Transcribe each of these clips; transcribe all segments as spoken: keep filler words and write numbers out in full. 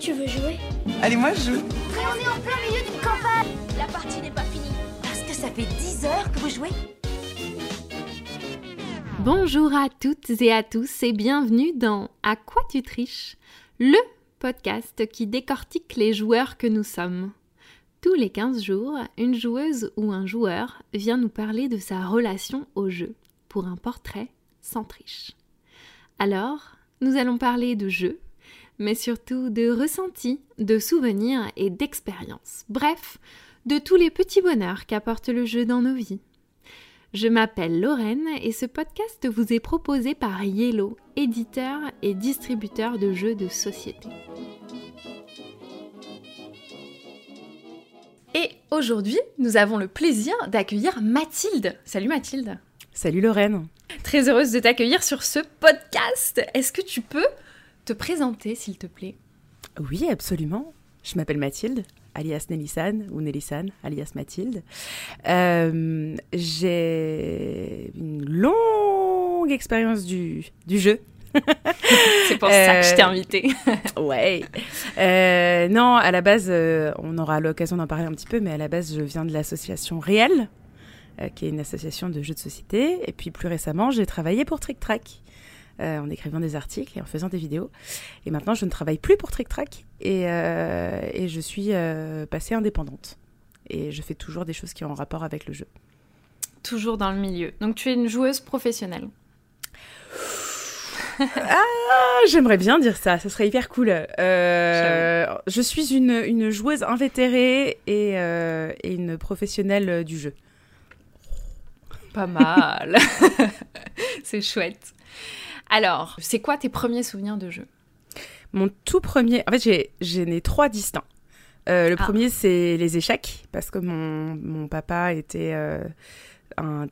Tu veux jouer? Allez, moi je joue. Mais on est en plein milieu d'une campagne. La partie n'est pas finie. Parce que ça fait dix heures que vous jouez. Bonjour à toutes et à tous et bienvenue dans À quoi tu triches, le podcast qui décortique les joueurs que nous sommes. Tous les quinze jours, une joueuse ou un joueur vient nous parler de sa relation au jeu pour un portrait sans triche. Alors, nous allons parler de jeux, mais surtout de ressentis, de souvenirs et d'expériences. Bref, de tous les petits bonheurs qu'apporte le jeu dans nos vies. Je m'appelle Lorraine et ce podcast vous est proposé par Yellow, éditeur et distributeur de jeux de société. Et aujourd'hui, nous avons le plaisir d'accueillir Mathilde. Salut Mathilde. Salut Lorraine. Très heureuse de t'accueillir sur ce podcast. Est-ce que tu peux te présenter, s'il te plaît? Oui, absolument. Je m'appelle Mathilde, alias Nélisane, ou Nélisane, alias Mathilde. Euh, j'ai une longue expérience du, du jeu. C'est pour ça que je t'ai invitée. Ouais. Euh, non, à la base, euh, on aura l'occasion d'en parler un petit peu, mais à la base, je viens de l'association Réel, euh, qui est une association de jeux de société. Et puis plus récemment, j'ai travaillé pour Trick Track, euh, en écrivant des articles et en faisant des vidéos. Et maintenant, je ne travaille plus pour Trick Track et, euh, et je suis euh, passée indépendante. Et je fais toujours des choses qui ont un rapport avec le jeu. Toujours dans le milieu. Donc tu es une joueuse professionnelle. Ah, j'aimerais bien dire ça, ça serait hyper cool. Euh, je suis une, une joueuse invétérée et, euh, et une professionnelle du jeu. Pas mal. C'est chouette. Alors, c'est quoi tes premiers souvenirs de jeu? Mon tout premier... En fait, j'ai, j'en ai trois distincts. Euh, le ah. premier, c'est les échecs, parce que mon, mon papa était... Euh, un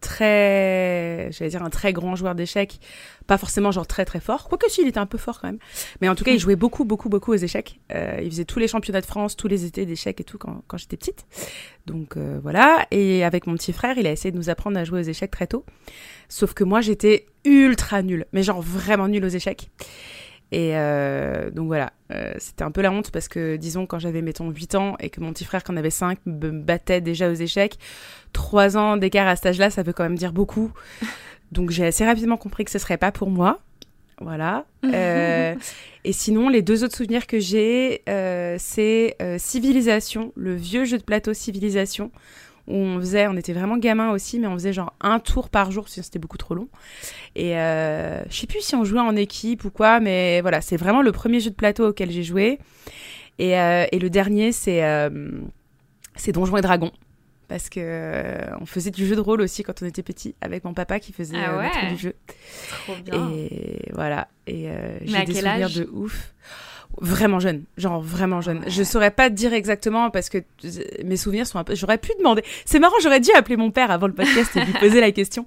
très, j'allais dire un très grand joueur d'échecs, pas forcément genre très très fort, quoique si, il était un peu fort quand même, mais en tout cas il jouait beaucoup beaucoup beaucoup aux échecs, euh, il faisait tous les championnats de France, tous les étés d'échecs et tout quand, quand j'étais petite, donc euh, voilà, et avec mon petit frère il a essayé de nous apprendre à jouer aux échecs très tôt, sauf que moi j'étais ultra nulle, mais genre vraiment nulle aux échecs. Et euh, donc voilà, euh, c'était un peu la honte parce que, disons, quand j'avais, mettons, huit ans et que mon petit frère, qui en avait cinq, me battait déjà aux échecs, trois ans d'écart à cet âge-là, ça veut quand même dire beaucoup. Donc j'ai assez rapidement compris que ce serait pas pour moi. Voilà. Euh, et sinon, les deux autres souvenirs que j'ai, euh, c'est euh, Civilisation, le vieux jeu de plateau Civilisation, où on faisait, on était vraiment gamins aussi, mais on faisait genre un tour par jour, parce que c'était beaucoup trop long. Et euh, je sais plus si on jouait en équipe ou quoi, mais voilà, c'est vraiment le premier jeu de plateau auquel j'ai joué. Et, euh, et le dernier, c'est, euh, c'est Donjons et Dragons. Parce que euh, on faisait du jeu de rôle aussi quand on était petit, avec mon papa qui faisait ah ouais. euh, du jeu. Trop bien. Et voilà, et euh, j'ai mais des quel souvenirs âge? de ouf. Vraiment jeune, genre vraiment jeune. Ouais. Je saurais pas te dire exactement parce que mes souvenirs sont un peu... J'aurais pu demander. C'est marrant, j'aurais dû appeler mon père avant le podcast et lui poser la question.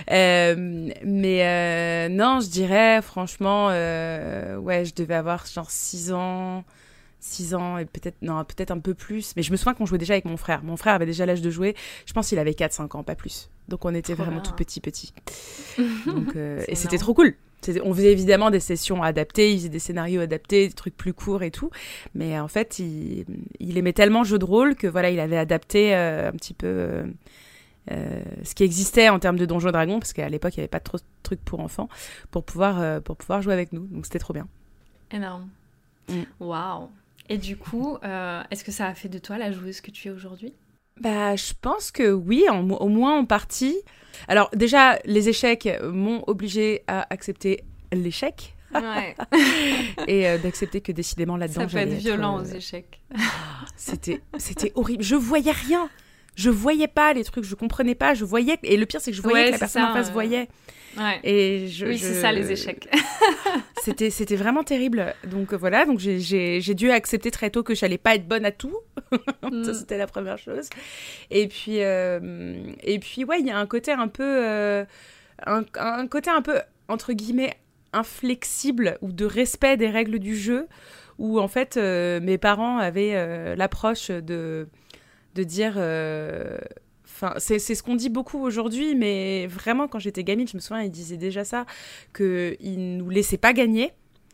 Euh, mais euh, non, je dirais franchement, euh, ouais, je devais avoir genre six ans, six ans et peut-être, non, peut-être un peu plus. Mais je me souviens qu'on jouait déjà avec mon frère. Mon frère avait déjà l'âge de jouer. Je pense qu'il avait quatre cinq ans, pas plus. Donc on était trop vraiment bien. Tout petit petit. Donc, euh, et c'était trop cool. C'était, on faisait évidemment des sessions adaptées, il faisait des scénarios adaptés, des trucs plus courts et tout. Mais en fait, il, il aimait tellement le jeu de rôle que voilà, il avait adapté euh, un petit peu euh, euh, ce qui existait en termes de Donjons et Dragons, parce qu'à l'époque, il n'y avait pas trop de trucs pour enfants, pour pouvoir, euh, pour pouvoir jouer avec nous. Donc c'était trop bien. Énorme. Waouh. Mm. Et du coup, euh, est-ce que ça a fait de toi la joueuse que tu es aujourd'hui? Bah, je pense que oui, en, au moins en partie. Alors déjà, les échecs m'ont obligée à accepter l'échec. Ouais. Et euh, d'accepter que décidément là-dedans, ça peut être violent être, euh... aux échecs. C'était, c'était horrible. Je voyais rien. Je voyais pas les trucs, je comprenais pas, je voyais... Et le pire, c'est que je voyais ouais, que la personne ça, en face euh... voyait. Ouais. Et je, oui, je... c'est ça, les échecs. c'était, c'était vraiment terrible. Donc voilà, donc j'ai, j'ai, j'ai dû accepter très tôt que j'allais pas être bonne à tout. mm. Ça, c'était la première chose. Et puis, euh... et puis ouais, il y a un côté un peu... Euh... Un, un côté un peu, entre guillemets, inflexible ou de respect des règles du jeu, où en fait, euh, mes parents avaient euh, l'approche de, de dire... Euh... Enfin, c'est, c'est ce qu'on dit beaucoup aujourd'hui, mais vraiment, quand j'étais gamine, je me souviens, ils disaient déjà ça, qu'ils ne nous laissaient pas gagner,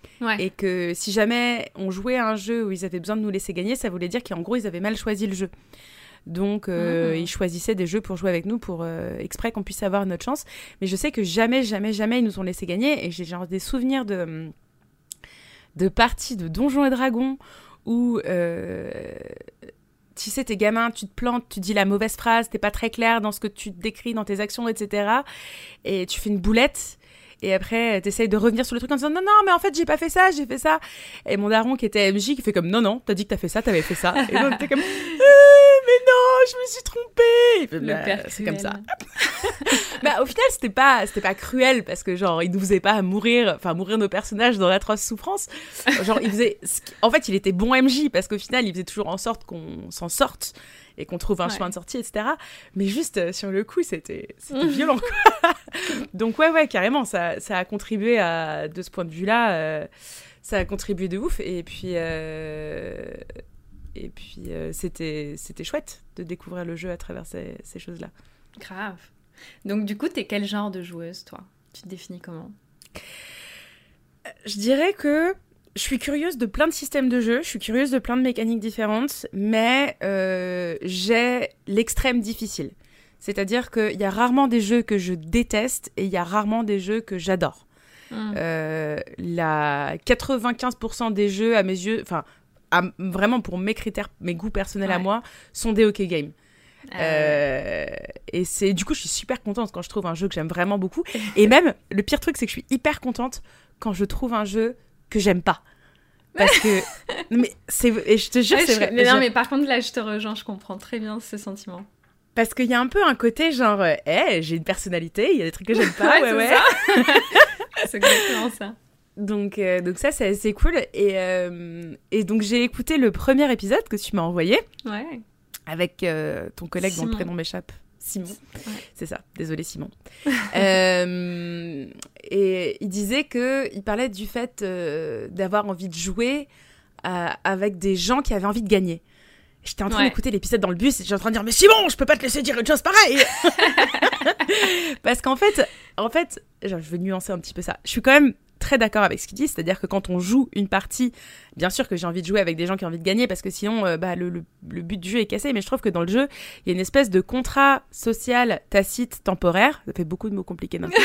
Ouais. Et que si jamais on jouait à un jeu où ils avaient besoin de nous laisser gagner, ça voulait dire qu'en gros, ils avaient mal choisi le jeu. Donc, euh, mmh. ils choisissaient des jeux pour jouer avec nous, pour euh, exprès qu'on puisse avoir notre chance. Mais je sais que jamais, jamais, jamais, ils nous ont laissé gagner. Et j'ai genre des souvenirs de, de parties de Donjons et Dragons où, euh, tu sais, t'es gamin, tu te plantes, tu dis la mauvaise phrase, t'es pas très clair dans ce que tu te décris, dans tes actions, et cetera. Et tu fais une boulette. Et après, t'essayes de revenir sur le truc en disant « Non, non, mais en fait, j'ai pas fait ça, j'ai fait ça. » Et mon daron, qui était M J, qui fait comme « Non, non, t'as dit que t'as fait ça, t'avais fait ça. » Et donc, t'es comme « euh, Mais non, je me suis trompée. » Fait, Le bah, père c'est cruel. comme ça. Bah, au final, c'était pas, c'était pas cruel, parce que, genre, il nous faisait pas mourir, enfin, mourir nos personnages dans l'atroce souffrance. Genre, il faisait... En fait, il était bon M J, parce qu'au final, il faisait toujours en sorte qu'on s'en sorte et qu'on trouve un ouais. chemin de sortie, et cetera. Mais juste, euh, sur le coup, c'était, c'était violent, quoi. Donc, ouais, ouais, carrément, ça, ça a contribué à... De ce point de vue-là, euh, ça a contribué de ouf. Et puis... Euh... Et puis, euh, c'était, c'était chouette de découvrir le jeu à travers ces, ces choses-là. Grave. Donc, du coup, t'es quel genre de joueuse, toi ? Tu te définis comment ? Je dirais que je suis curieuse de plein de systèmes de jeu, je suis curieuse de plein de mécaniques différentes, mais euh, j'ai l'extrême difficile. C'est-à-dire qu'il y a rarement des jeux que je déteste et il y a rarement des jeux que j'adore. Mmh. Euh, la quatre-vingt-quinze pour cent des jeux, à mes yeux, enfin, vraiment pour mes critères, mes goûts personnels ouais. à moi, sont des OK games. Euh... Euh, et c'est du coup je suis super contente quand je trouve un jeu que j'aime vraiment beaucoup et même le pire truc c'est que je suis hyper contente quand je trouve un jeu que j'aime pas parce que mais c'est et je te jure ouais, c'est je... vrai mais non je... mais par contre là je te rejoins, je comprends très bien ce sentiment parce qu'il y a un peu un côté genre hé hey, j'ai une personnalité, il y a des trucs que j'aime pas ouais ouais, c'est, ouais. C'est exactement ça. Donc, euh, donc ça, c'est assez cool. Et, euh, et donc, j'ai écouté le premier épisode que tu m'as envoyé. Ouais. Avec euh, ton collègue Simon. dont le prénom m'échappe. Simon. Ouais. C'est ça. Désolée, Simon. euh, et il disait qu'il parlait du fait euh, d'avoir envie de jouer euh, avec des gens qui avaient envie de gagner. J'étais en train ouais. d'écouter l'épisode dans le bus et j'étais en train de dire « Mais Simon, je peux pas te laisser dire une chose pareille !» Parce qu'en fait, en fait, je vais nuancer un petit peu ça. Je suis quand même très d'accord avec ce qu'il dit, c'est-à-dire que quand on joue une partie, bien sûr que j'ai envie de jouer avec des gens qui ont envie de gagner parce que sinon euh, bah, le, le, le but du jeu est cassé, mais je trouve que dans le jeu, il y a une espèce de contrat social tacite temporaire, ça fait beaucoup de mots compliqués d'un coup,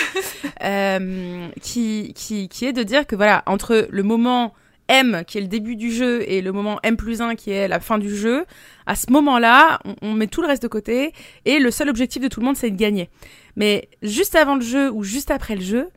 euh, qui, qui, qui est de dire que voilà, entre le moment M qui est le début du jeu et le moment M plus un qui est la fin du jeu, à ce moment-là, on, on met tout le reste de côté et le seul objectif de tout le monde, c'est de gagner. Mais juste avant le jeu ou juste après le jeu,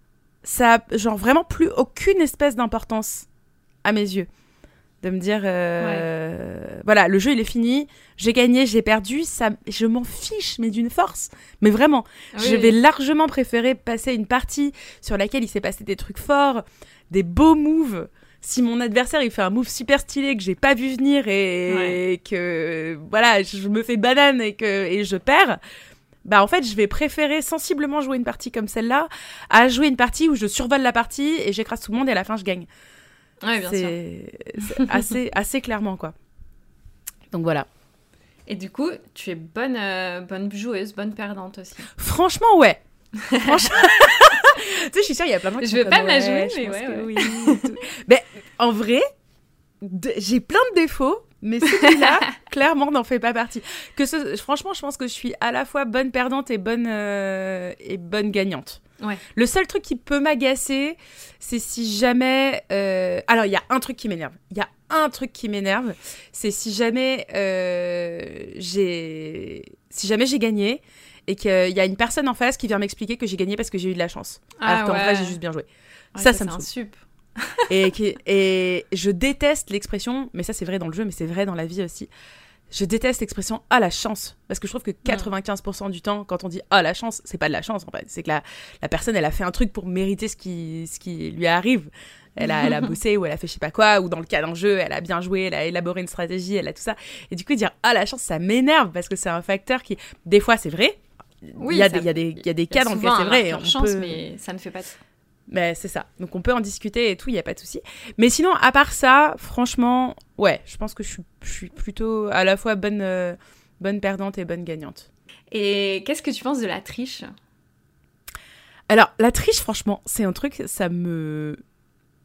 ça a genre vraiment plus aucune espèce d'importance à mes yeux. De me dire, euh, ouais. voilà, le jeu il est fini, j'ai gagné, j'ai perdu, ça, je m'en fiche, mais d'une force. Mais vraiment, oui, je vais oui. largement préférer passer une partie sur laquelle il s'est passé des trucs forts, des beaux moves. Si mon adversaire il fait un move super stylé que j'ai pas vu venir et, ouais. et que voilà, je me fais banane et que et je perds. Bah en fait, je vais préférer sensiblement jouer une partie comme celle-là à jouer une partie où je survole la partie et j'écrase tout le monde et à la fin je gagne. Ouais, bien c'est, sûr. C'est assez, assez clairement, quoi. Donc voilà. Et du coup, tu es bonne, euh, bonne joueuse, bonne perdante aussi. Franchement, ouais. Franchement... tu sais, je suis sûre, il y a plein de gens qui Je veux pas me la jouer, mais ouais, ouais. Oui, mais en vrai, de... j'ai plein de défauts. Mais celui-là, clairement, n'en fait pas partie. Que ce... Franchement, je pense que je suis à la fois bonne perdante et bonne, euh... et bonne gagnante. Ouais. Le seul truc qui peut m'agacer, c'est si jamais... Euh... Alors, il y a un truc qui m'énerve. Il y a un truc qui m'énerve, c'est si jamais euh... j'ai... Si jamais j'ai gagné et qu'il y a une personne en face qui vient m'expliquer que j'ai gagné parce que j'ai eu de la chance. Ah, alors qu'en ouais. vrai, j'ai juste bien joué. Ouais, ça, ça, ça me saoule. Sup. et, qui, et je déteste l'expression, mais ça c'est vrai dans le jeu, mais c'est vrai dans la vie aussi. Je déteste l'expression « ah la chance » parce que je trouve que quatre-vingt-quinze pour cent du temps, quand on dit « ah la chance », c'est pas de la chance en fait. C'est que la, la personne, elle a fait un truc pour mériter ce qui, ce qui lui arrive. Elle a, elle a bossé ou elle a fait je sais pas quoi, ou dans le cas d'un jeu, elle a bien joué, elle a élaboré une stratégie, elle a tout ça. Et du coup, dire « ah la chance », ça m'énerve parce que c'est un facteur qui, des fois, c'est vrai. Oui, il y a ça, des, il y a des, il y a des cas dans lesquels c'est vrai. On chance, peut... mais ça ne fait pas tout. Mais c'est ça. Donc on peut en discuter et tout, il n'y a pas de souci. Mais sinon, à part ça, franchement, ouais, je pense que je suis, je suis plutôt à la fois bonne, euh, bonne perdante et bonne gagnante. Et qu'est-ce que tu penses de la triche ? Alors, la triche, franchement, c'est un truc, ça me...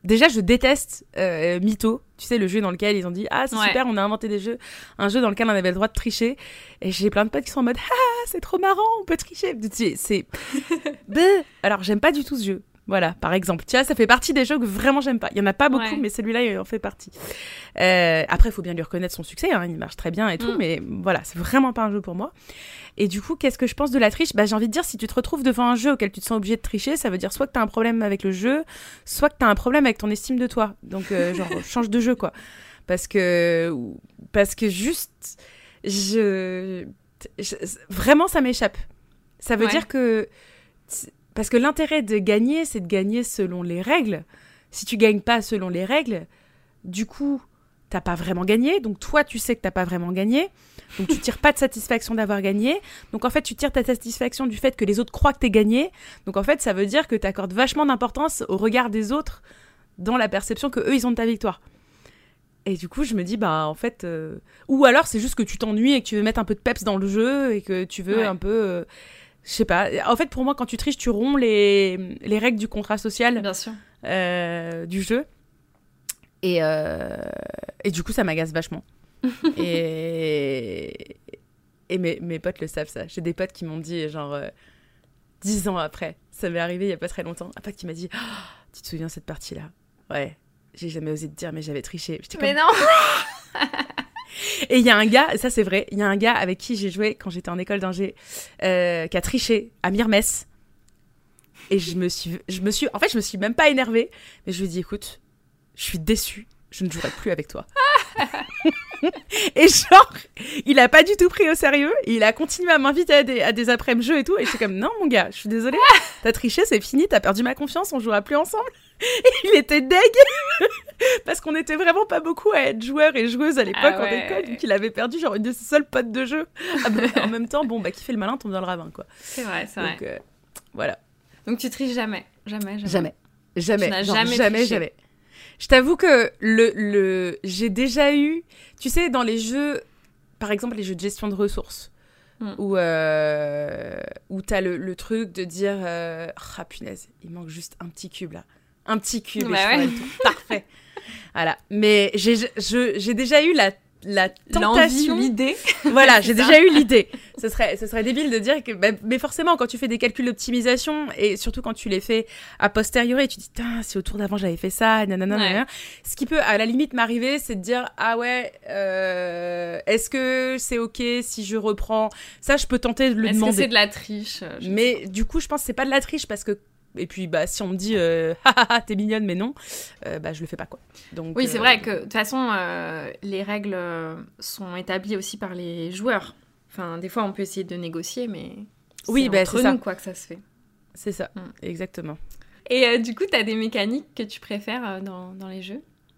déjà, je déteste euh, Mytho, tu sais, le jeu dans lequel ils ont dit « Ah, c'est ouais. super, on a inventé des jeux, un jeu dans lequel on avait le droit de tricher. » Et j'ai plein de potes qui sont en mode « Ah, c'est trop marrant, on peut tricher. » C'est... Alors, j'aime pas du tout ce jeu. Voilà, par exemple. Tu vois, ça fait partie des jeux que vraiment j'aime pas. Il y en a pas beaucoup, ouais. mais celui-là, il en fait partie. Euh, après, il faut bien lui reconnaître son succès, hein, il marche très bien et tout, mm. mais voilà, c'est vraiment pas un jeu pour moi. Et du coup, qu'est-ce que je pense de la triche ? Bah, j'ai envie de dire, si tu te retrouves devant un jeu auquel tu te sens obligé de tricher, ça veut dire soit que t'as un problème avec le jeu, soit que t'as un problème avec ton estime de toi. Donc, euh, genre, change de jeu, quoi. Parce que, parce que juste, je, je vraiment, ça m'échappe. Ça veut ouais. dire que... Parce que l'intérêt de gagner, c'est de gagner selon les règles. Si tu gagnes pas selon les règles, du coup, t'as pas vraiment gagné. Donc toi, tu sais que t'as pas vraiment gagné. Donc tu tires pas de satisfaction d'avoir gagné. Donc en fait, tu tires ta satisfaction du fait que les autres croient que t'es gagné. Donc en fait, ça veut dire que t'accordes vachement d'importance au regard des autres dans la perception que eux ils ont de ta victoire. Et du coup, je me dis, bah en fait... Euh... Ou alors, c'est juste que tu t'ennuies et que tu veux mettre un peu de peps dans le jeu et que tu veux ouais. un peu... Euh... Je sais pas. En fait, pour moi, quand tu triches, tu romps les, les règles du contrat social. Bien sûr. Euh, du jeu. Et, euh, et du coup, ça m'agace vachement. et et mes, mes potes le savent, ça. J'ai des potes qui m'ont dit, genre, euh, dix ans après, ça m'est arrivé il y a pas très longtemps, un pote qui m'a dit oh, « Tu te souviens de cette partie-là ?» Ouais. J'ai jamais osé te dire, mais j'avais triché. J'étais mais comme... non. Et il y a un gars, ça c'est vrai, il y a un gars avec qui j'ai joué quand j'étais en école d'ingé, euh, qui a triché à Myrmès. Et je me suis, je me suis, en fait, je me suis même pas énervée, mais je lui ai dit, écoute, je suis déçue, je ne jouerai plus avec toi. Et genre, il a pas du tout pris au sérieux, il a continué à m'inviter à des, à des après-midi jeux et tout, et j'étais comme, non mon gars, je suis désolée, t'as triché, c'est fini, t'as perdu ma confiance, on jouera plus ensemble. Et il était deg parce qu'on était vraiment pas beaucoup à être joueurs et joueuses à l'époque ah ouais. en école, donc il avait perdu genre une de ses seules potes de jeu. Ah bah, en même temps, bon bah qui fait le malin tombe dans le ravin quoi. C'est vrai, c'est donc, vrai. Euh, voilà. Donc tu triches jamais, jamais, jamais. Jamais, jamais, tu n'as genre, jamais, jamais, jamais. Je t'avoue que le le j'ai déjà eu, tu sais, dans les jeux, par exemple les jeux de gestion de ressources. Mm. Où, euh, où t'as le, le truc de dire euh, ah punaise, il manque juste un petit cube là. Un petit cube bah et ouais. je ferai le tout. Parfait. Voilà. Mais j'ai, je, j'ai déjà eu la, la tentation. L'envie, l'idée. Voilà, j'ai ça. déjà eu l'idée. Ce serait, ce serait débile de dire que... Bah, mais forcément, quand tu fais des calculs d'optimisation, et surtout quand tu les fais a posteriori, tu te dis, si au tour d'avant j'avais fait ça, nanana, ouais. nanana. Ce qui peut, à la limite, m'arriver, c'est de dire, ah ouais, euh, est-ce que c'est OK si je reprends... Ça, je peux tenter de le est-ce demander. Est-ce que c'est de la triche Mais du coup, je pense que c'est pas de la triche, parce que et puis bah si on me dit euh, ah t'es mignonne mais non euh, bah je le fais pas quoi. Donc oui c'est euh... vrai que de toute façon euh, les règles sont établies aussi par les joueurs. Enfin des fois on peut essayer de négocier mais c'est oui bah entre c'est nous ça. quoi que ça se fait. C'est ça mm. exactement. Et euh, du coup t'as des mécaniques que tu préfères euh, dans dans les jeux?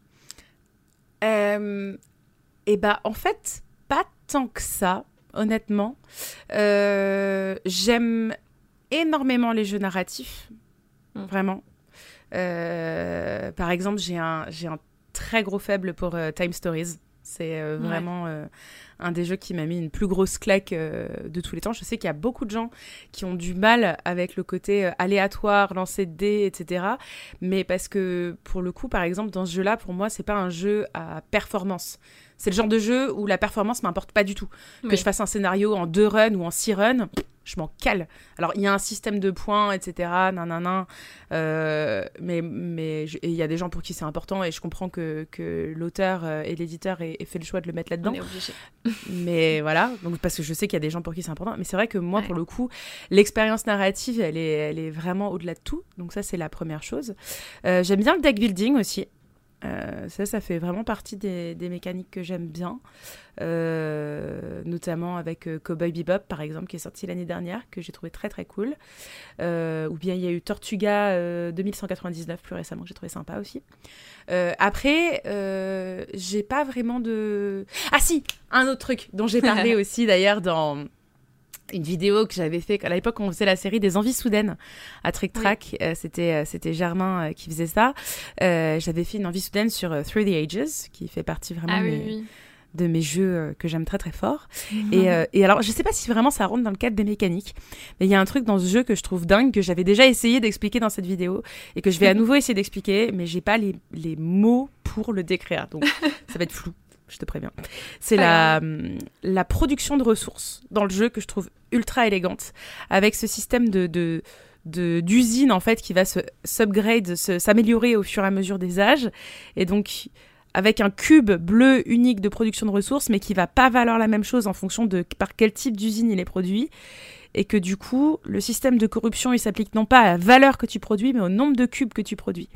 euh, Et bah en fait pas tant que ça honnêtement. Euh, j'aime énormément les jeux narratifs. Mmh. Vraiment. Euh, par exemple, j'ai un, j'ai un très gros faible pour euh, Time Stories. C'est euh, ouais. vraiment euh, un des jeux qui m'a mis une plus grosse claque euh, de tous les temps. Je sais qu'il y a beaucoup de gens qui ont du mal avec le côté euh, aléatoire, lancer de dés, et cetera. Mais parce que, pour le coup, par exemple, dans ce jeu-là, pour moi, c'est pas un jeu à performance. C'est le genre de jeu où la performance m'importe pas du tout. Oui. Que je fasse un scénario en deux runs ou en six runs, je m'en cale. Alors, il y a un système de points, et cetera. Nanana, euh, mais mais il y a des gens pour qui c'est important et je comprends que, que l'auteur euh, et l'éditeur aient, aient fait le choix de le mettre là-dedans. On est obligé. Mais voilà, donc, parce que je sais qu'il y a des gens pour qui c'est important. Mais c'est vrai que moi, ouais. pour le coup, l'expérience narrative, elle est, elle est vraiment au-delà de tout. Donc ça, c'est la première chose. Euh, j'aime bien le deck building aussi. Euh, ça, ça fait vraiment partie des, des mécaniques que j'aime bien, euh, notamment avec euh, Cowboy Bebop, par exemple, qui est sorti l'année dernière, que j'ai trouvé très très cool. Euh, ou bien il y a eu Tortuga euh, deux mille cent quatre-vingt-dix-neuf plus récemment, que j'ai trouvé sympa aussi. Euh, après, euh, j'ai pas vraiment de... Ah si, un autre truc dont j'ai parlé aussi d'ailleurs dans... une vidéo que j'avais fait à l'époque quand on faisait la série des envies soudaines à Trick Track. Oui. Euh, c'était, euh, c'était Germain euh, qui faisait ça. Euh, j'avais fait une envie soudaine sur euh, Through the Ages, qui fait partie vraiment ah, de oui, mes, oui. de mes jeux euh, que j'aime très très fort. Mmh. Et, euh, et alors, je sais pas si vraiment ça rentre dans le cadre des mécaniques, mais il y a un truc dans ce jeu que je trouve dingue, que j'avais déjà essayé d'expliquer dans cette vidéo, et que je vais à nouveau essayer d'expliquer, mais j'ai pas les, les mots pour le décrire, donc ça va être flou. Je te préviens. C'est la, la production de ressources dans le jeu que je trouve ultra élégante, avec ce système de, de, de, d'usine en fait qui va se s'upgrade, se, s'améliorer au fur et à mesure des âges. Et donc, avec un cube bleu unique de production de ressources, mais qui va pas valoir la même chose en fonction de par quel type d'usine il est produit. Et que du coup, le système de corruption, il s'applique non pas à la valeur que tu produis, mais au nombre de cubes que tu produis.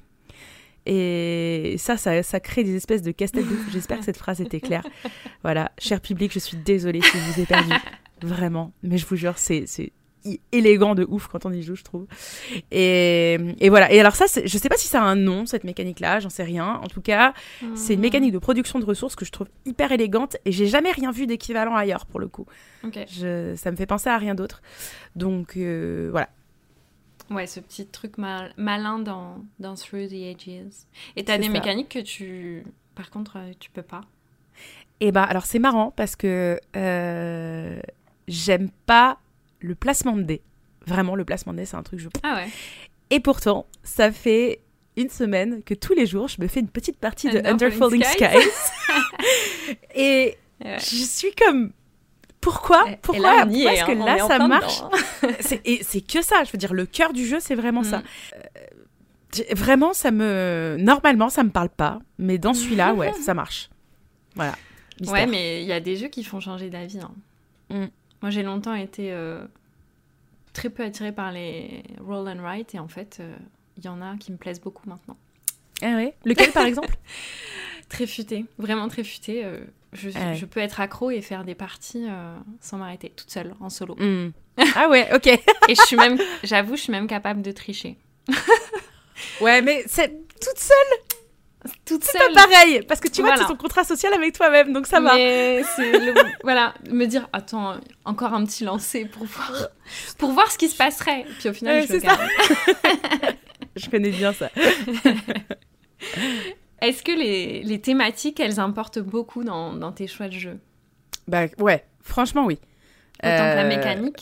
Et ça, ça, ça crée des espèces de casse-tête de ouf. J'espère que cette phrase était claire. Voilà, cher public, je suis désolée si je vous ai perdu. Vraiment. Mais je vous jure, c'est, c'est élégant de ouf quand on y joue, je trouve. Et, et voilà. Et alors ça, c'est, je sais pas si ça a un nom, cette mécanique-là, j'en sais rien. En tout cas, mmh. c'est une mécanique de production de ressources que je trouve hyper élégante et j'ai jamais rien vu d'équivalent ailleurs, pour le coup. Okay. Je, ça me fait penser à rien d'autre. Donc, euh, voilà. Ouais, ce petit truc mal, malin dans, dans Through the Ages. Et t'as c'est des ça. Mécaniques que tu... Par contre, tu peux pas. Et bah, alors c'est marrant parce que euh, j'aime pas le placement de dés. Vraiment, le placement de dés, c'est un truc que je... Ah ouais. Et pourtant, ça fait une semaine que tous les jours, je me fais une petite partie de Under Falling Skies. Skies. Et ouais. je suis comme... Pourquoi Pourquoi, et là, on y pourquoi est, est-ce que hein, là, ça marche c'est, Et c'est que ça, je veux dire, le cœur du jeu, c'est vraiment mm. ça. Euh, vraiment, ça me... Normalement, ça me parle pas, mais dans celui-là, ouais, ça marche. Voilà. Mystère. Ouais, mais il y a des jeux qui font changer d'avis. Hein. Mm. Moi, j'ai longtemps été euh, très peu attirée par les roll and write, et en fait, il euh, y en a qui me plaisent beaucoup maintenant. Ah ouais. Lequel, par exemple? Très futé, vraiment très futé. Euh, je, ah ouais. je peux être accro et faire des parties euh, sans m'arrêter, toute seule, en solo. Mm. Ah ouais, ok. Et je suis même, j'avoue, je suis même capable de tricher. Ouais, mais c'est toute seule. Toute c'est seule. Pas pareil, parce que tu vois, voilà. c'est ton contrat social avec toi-même, donc ça va. Mais c'est le, voilà, me dire, attends, encore un petit lancer pour voir, pour voir ce qui se passerait. Puis au final, euh, je le garde. Je connais bien ça. Est-ce que les, les thématiques, elles importent beaucoup dans, dans tes choix de jeu? Bah ouais, franchement oui. Autant euh... que la mécanique.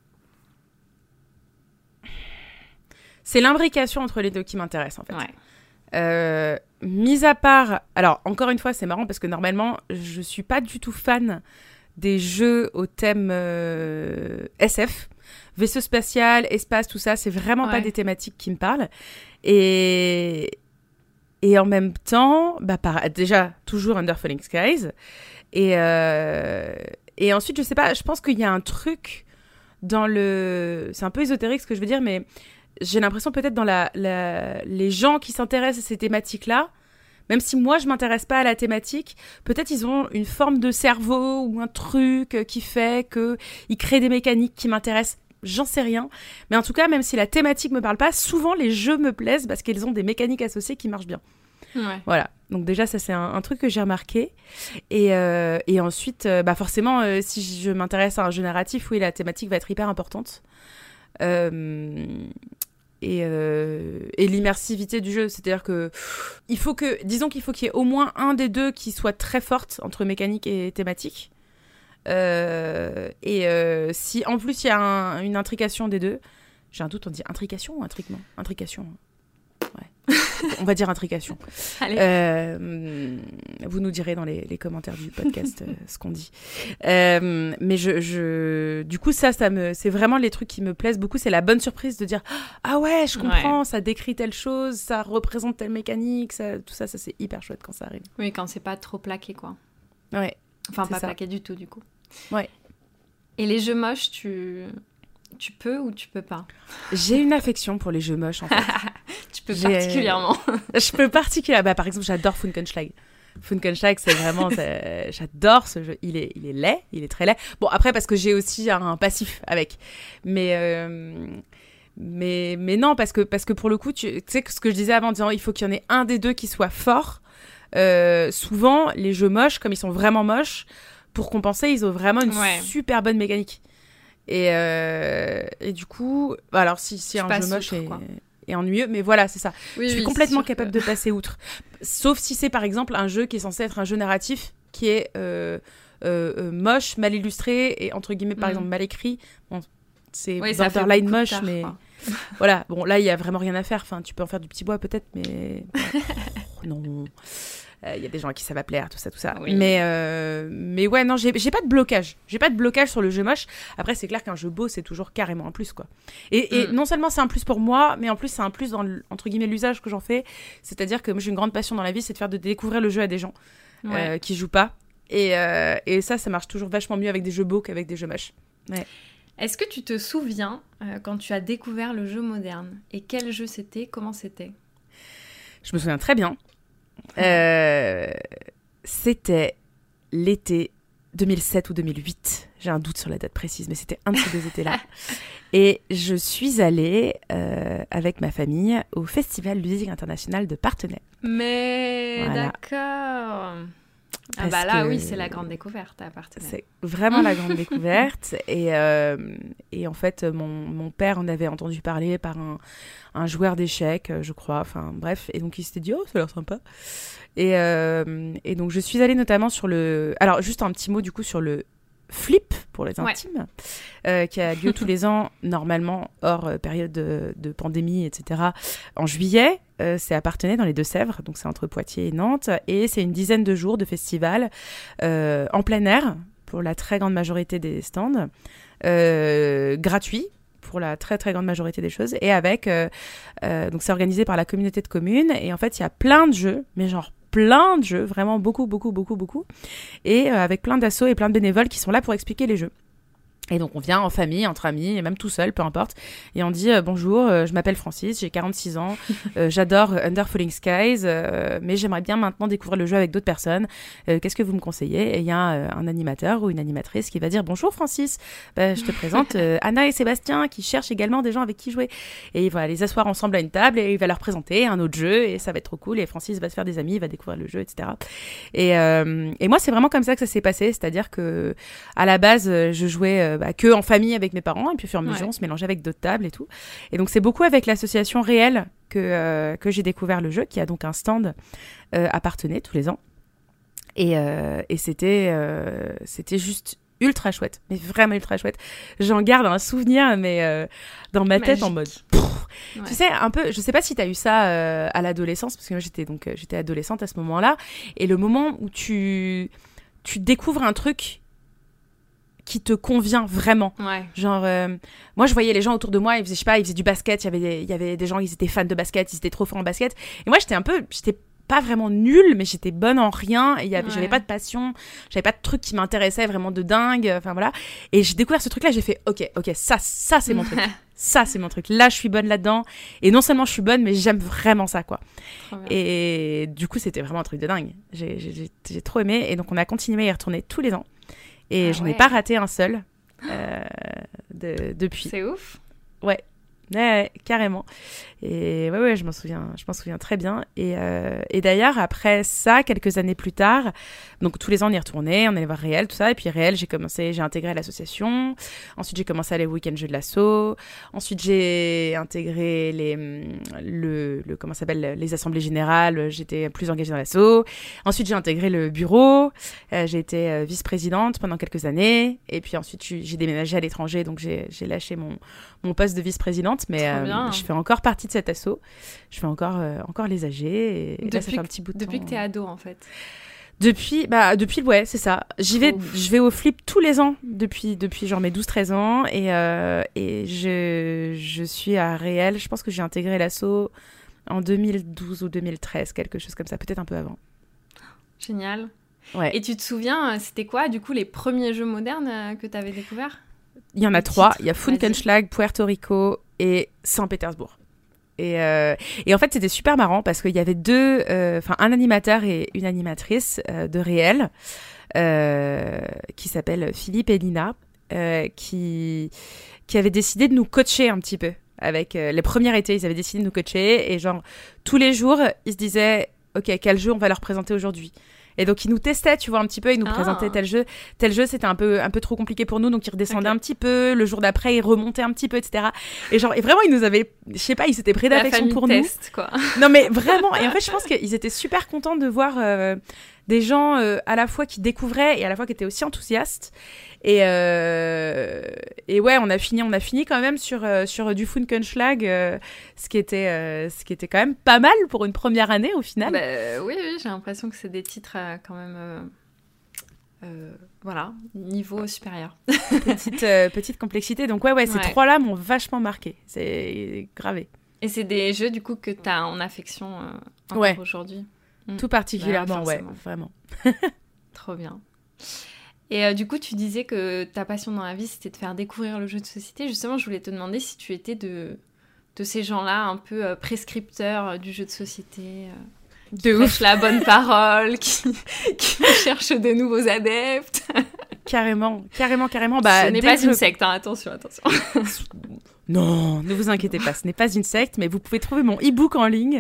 C'est l'imbrication entre les deux qui m'intéresse en fait. Ouais. Euh, mis à part... Alors, encore une fois, c'est marrant parce que normalement, je suis pas du tout fan des jeux au thème euh, S F. Vaisseau spatial, espace, tout ça, c'est vraiment ouais. pas des thématiques qui me parlent. Et... Et en même temps, bah, par... déjà, toujours Under Falling Skies. Et, euh... et ensuite, je sais pas, je pense qu'il y a un truc dans le... C'est un peu ésotérique ce que je veux dire, mais j'ai l'impression peut-être dans la, la... les gens qui s'intéressent à ces thématiques-là, même si moi, je m'intéresse pas à la thématique, peut-être ils ont une forme de cerveau ou un truc qui fait qu'ils créent des mécaniques qui m'intéressent. J'en sais rien. Mais en tout cas, même si la thématique me parle pas, souvent les jeux me plaisent parce qu'ils ont des mécaniques associées qui marchent bien. Ouais. Voilà. Donc déjà, ça, c'est un, un truc que j'ai remarqué. Et, euh, et ensuite, euh, bah forcément, euh, si je m'intéresse à un jeu narratif, oui, la thématique va être hyper importante. Euh, et, euh, et l'immersivité du jeu. C'est-à-dire que il faut que, disons qu'il faut qu'il y ait au moins un des deux qui soit très forte entre mécanique et thématique. Euh, et euh, si en plus il y a un, une intrication des deux, j'ai un doute, on dit intrication ou intriquement intrication, ouais. On va dire intrication. Allez. Euh, vous nous direz dans les, les commentaires du podcast euh, ce qu'on dit. Euh, mais je, je, du coup ça, ça me, c'est vraiment les trucs qui me plaisent beaucoup. C'est la bonne surprise de dire ah ouais, je comprends, ouais. ça décrit telle chose, ça représente telle mécanique, ça, tout ça, ça c'est hyper chouette quand ça arrive. Oui, quand c'est pas trop plaqué quoi. Ouais. Enfin, pas ça. plaqué du tout, du coup. Ouais. Et les jeux moches, tu... tu peux ou tu peux pas? J'ai une affection pour les jeux moches, en fait. Tu peux J'ai... particulièrement. Je peux particulièrement. Bah, par exemple, j'adore Funkenschlag. Funkenschlag, c'est vraiment... c'est... J'adore ce jeu. Il est, il est laid, il est très laid. Bon, après, parce que j'ai aussi un passif avec. Mais... Euh... Mais, mais non, parce que, parce que pour le coup, tu sais ce que je disais avant, en disant il faut qu'il y en ait un des deux qui soit fort. Euh, souvent, les jeux moches, comme ils sont vraiment moches, pour compenser, ils ont vraiment une ouais. super bonne mécanique. Et, euh, et du coup, alors si, si un jeu moche est, est ennuyeux, mais voilà, c'est ça. Oui, je suis oui, complètement capable que... de passer outre. Sauf si c'est par exemple un jeu qui est censé être un jeu narratif qui est euh, euh, euh, moche, mal illustré et entre guillemets par mmh. exemple mal écrit. Bon, c'est oui, borderline moche, tard, mais quoi. Voilà. Bon, là il y a vraiment rien à faire. Enfin, tu peux en faire du petit bois peut-être, mais oh, non. Il euh, y a des gens à qui ça va plaire, tout ça, tout ça. Oui. Mais, euh, mais ouais, non, j'ai, j'ai pas de blocage. J'ai pas de blocage sur le jeu moche. Après, c'est clair qu'un jeu beau, c'est toujours carrément un plus, quoi. Et, et mm. non seulement c'est un plus pour moi, mais en plus, c'est un plus dans, le, entre guillemets, l'usage que j'en fais. C'est-à-dire que moi, j'ai une grande passion dans la vie, c'est de faire de découvrir le jeu à des gens ouais. euh, qui jouent pas. Et, euh, et ça, ça marche toujours vachement mieux avec des jeux beaux qu'avec des jeux moches. Ouais. Est-ce que tu te souviens euh, quand tu as découvert le jeu moderne ? Et quel jeu c'était ? Comment c'était ? Je me souviens très bien. Euh, c'était l'été deux mille sept ou deux mille huit. J'ai un doute sur la date précise, mais c'était un de ces deux étés-là. Et je suis allée euh, avec ma famille au Festival Ludique International de Parthenay. Mais voilà. D'accord. Ah bah là, oui, c'est la grande découverte à Parthenay. C'est vraiment la grande découverte. Et, euh, et en fait, mon, mon père en avait entendu parler par un, un joueur d'échecs, je crois. Enfin, bref. Et donc, il s'était dit, oh, ça a l'air sympa. Et, euh, et donc, je suis allée notamment sur le... Alors, juste un petit mot, du coup, sur le Flip, pour les intimes, ouais. euh, qui a lieu tous les ans, normalement, hors euh, période de, de pandémie, et cetera, en juillet. Euh, c'est à Parthenay, dans les Deux-Sèvres, donc c'est entre Poitiers et Nantes. Et c'est une dizaine de jours de festival euh, en plein air, pour la très grande majorité des stands, euh, gratuit, pour la très très grande majorité des choses, et avec... Euh, euh, donc c'est organisé par la communauté de communes, et en fait, il y a plein de jeux, mais genre plein de jeux, vraiment beaucoup, beaucoup, beaucoup, beaucoup, et euh, avec plein d'assauts et plein de bénévoles qui sont là pour expliquer les jeux. Et donc on vient en famille, entre amis, et même tout seul, peu importe, et on dit euh, bonjour, euh, je m'appelle Francis, j'ai quarante-six ans, euh, j'adore Under Falling Skies, euh, mais j'aimerais bien maintenant découvrir le jeu avec d'autres personnes. Euh, qu'est-ce que vous me conseillez ? Et il y a euh, un animateur ou une animatrice qui va dire bonjour Francis, bah, je te présente euh, Anna et Sébastien qui cherchent également des gens avec qui jouer. Et il va les asseoir ensemble à une table et il va leur présenter un autre jeu et ça va être trop cool. Et Francis va se faire des amis, il va découvrir le jeu, et cetera. Et, euh, et moi c'est vraiment comme ça que ça s'est passé, c'est-à-dire que à la base je jouais euh, Bah, que en famille avec mes parents, et puis au fur et à mesure, ouais. on se mélangeait avec d'autres tables et tout. Et donc, c'est beaucoup avec l'association Réel que, euh, que j'ai découvert le jeu, qui a donc un stand euh, à Parthenay tous les ans. Et, euh, et c'était, euh, c'était juste ultra chouette, mais vraiment ultra chouette. J'en garde un souvenir, mais euh, dans ma Magique. Tête, en mode... Ouais. Tu sais, un peu, je sais pas si t'as eu ça euh, à l'adolescence, parce que moi, j'étais, donc, j'étais adolescente à ce moment-là, et le moment où tu, tu découvres un truc qui te convient vraiment. Ouais. Genre, euh, moi, je voyais les gens autour de moi, ils faisaient, je sais pas, ils faisaient du basket, il y avait des, il y avait des gens, ils étaient fans de basket, ils étaient trop forts en basket. Et moi, j'étais un peu, j'étais pas vraiment nulle, mais j'étais bonne en rien, et y avait, ouais. j'avais pas de passion, j'avais pas de truc qui m'intéressait vraiment de dingue, enfin voilà. Et j'ai découvert ce truc-là, j'ai fait, ok, ok, ça, ça, c'est mon truc. Ça, c'est mon truc. Là, je suis bonne là-dedans. Et non seulement je suis bonne, mais j'aime vraiment ça, quoi. Et du coup, c'était vraiment un truc de dingue. J'ai, j'ai, j'ai, j'ai trop aimé. Et donc, on a continué à y retourner tous les ans. Et ah j'en ouais. ai pas raté un seul euh, de, depuis. C'est ouf. Ouais. Ouais, ouais, carrément. Et ouais, ouais, je m'en souviens, je m'en souviens très bien. Et, euh, et d'ailleurs, après ça, quelques années plus tard, donc tous les ans on y retournait, on allait voir Réel, tout ça. Et puis Réel, j'ai commencé, j'ai intégré l'association. Ensuite, j'ai commencé à aller au week-end jeux de l'asso. Ensuite, j'ai intégré les, le, le, comment ça s'appelle, les assemblées générales. J'étais plus engagée dans l'asso. Ensuite, j'ai intégré le bureau. Euh, j'ai été euh, vice-présidente pendant quelques années. Et puis ensuite, j'ai déménagé à l'étranger, donc j'ai, j'ai lâché mon, mon poste de vice-présidente. Mais euh, je fais encore partie de cet asso. Je fais encore, euh, encore les A G. Et, et là, ça fait un petit bout de depuis temps. Depuis que t'es ado, en fait. Depuis, bah, depuis, ouais, c'est ça. J'y vais, Ouf. je vais au Flip tous les ans depuis, depuis genre mes douze treize ans. Et, euh, et je, je suis à Réel. Je pense que j'ai intégré l'asso en deux mille douze ou deux mille treize, quelque chose comme ça, peut-être un peu avant. Génial. Ouais. Et tu te souviens, c'était quoi, du coup, les premiers jeux modernes que tu avais découverts ? Il y en a trois. Il y a Funkenschlag, Puerto Rico et Saint-Pétersbourg. Et, euh, et en fait, c'était super marrant parce qu'il y avait deux, enfin, euh, un animateur et une animatrice euh, de Réel euh, qui s'appellent Philippe et Lina, euh, qui, qui avaient décidé de nous coacher un petit peu. Avec euh, les premiers étés, ils avaient décidé de nous coacher et genre, tous les jours, ils se disaient « Ok, quel jeu on va leur présenter aujourd'hui ?» Et donc, ils nous testaient, tu vois, un petit peu, ils nous ah. présentaient tel jeu. Tel jeu, c'était un peu, un peu trop compliqué pour nous, donc ils redescendaient okay. un petit peu. Le jour d'après, ils remontaient un petit peu, et cetera. Et genre, et vraiment, ils nous avaient, je sais pas, ils s'étaient pris d'affection pour test, nous. Quoi. Non, mais vraiment. Et en fait, je pense qu'ils étaient super contents de voir, euh, des gens euh, à la fois qui découvraient et à la fois qui étaient aussi enthousiastes. Et, euh, et ouais, on a fini, on a fini quand même sur, euh, sur du Funkenschlag, euh, ce, qui était, euh, ce qui était quand même pas mal pour une première année au final. Bah, oui, oui, j'ai l'impression que c'est des titres euh, quand même... Euh, euh, voilà, niveau supérieur. petite, euh, petite complexité. Donc ouais, ouais, ces Ouais. trois-là m'ont vachement marqué. C'est gravé. Et c'est des jeux, du coup, que tu as en affection euh, encore Ouais. aujourd'hui. Mm. Tout particulièrement, Ouais, ouais, forcément. vraiment. Trop bien. Et euh, du coup, tu disais que ta passion dans la vie, c'était de faire découvrir le jeu de société. Justement, je voulais te demander si tu étais de, de ces gens-là un peu euh, prescripteurs euh, du jeu de société, euh, qui De prêchent la bonne parole, qui, qui cherchent de nouveaux adeptes. Carrément, carrément, carrément. Bah, ce n'est dès pas que une je- secte, hein, attention, attention. Non, ne vous inquiétez pas, ce n'est pas une secte, mais vous pouvez trouver mon e-book en ligne.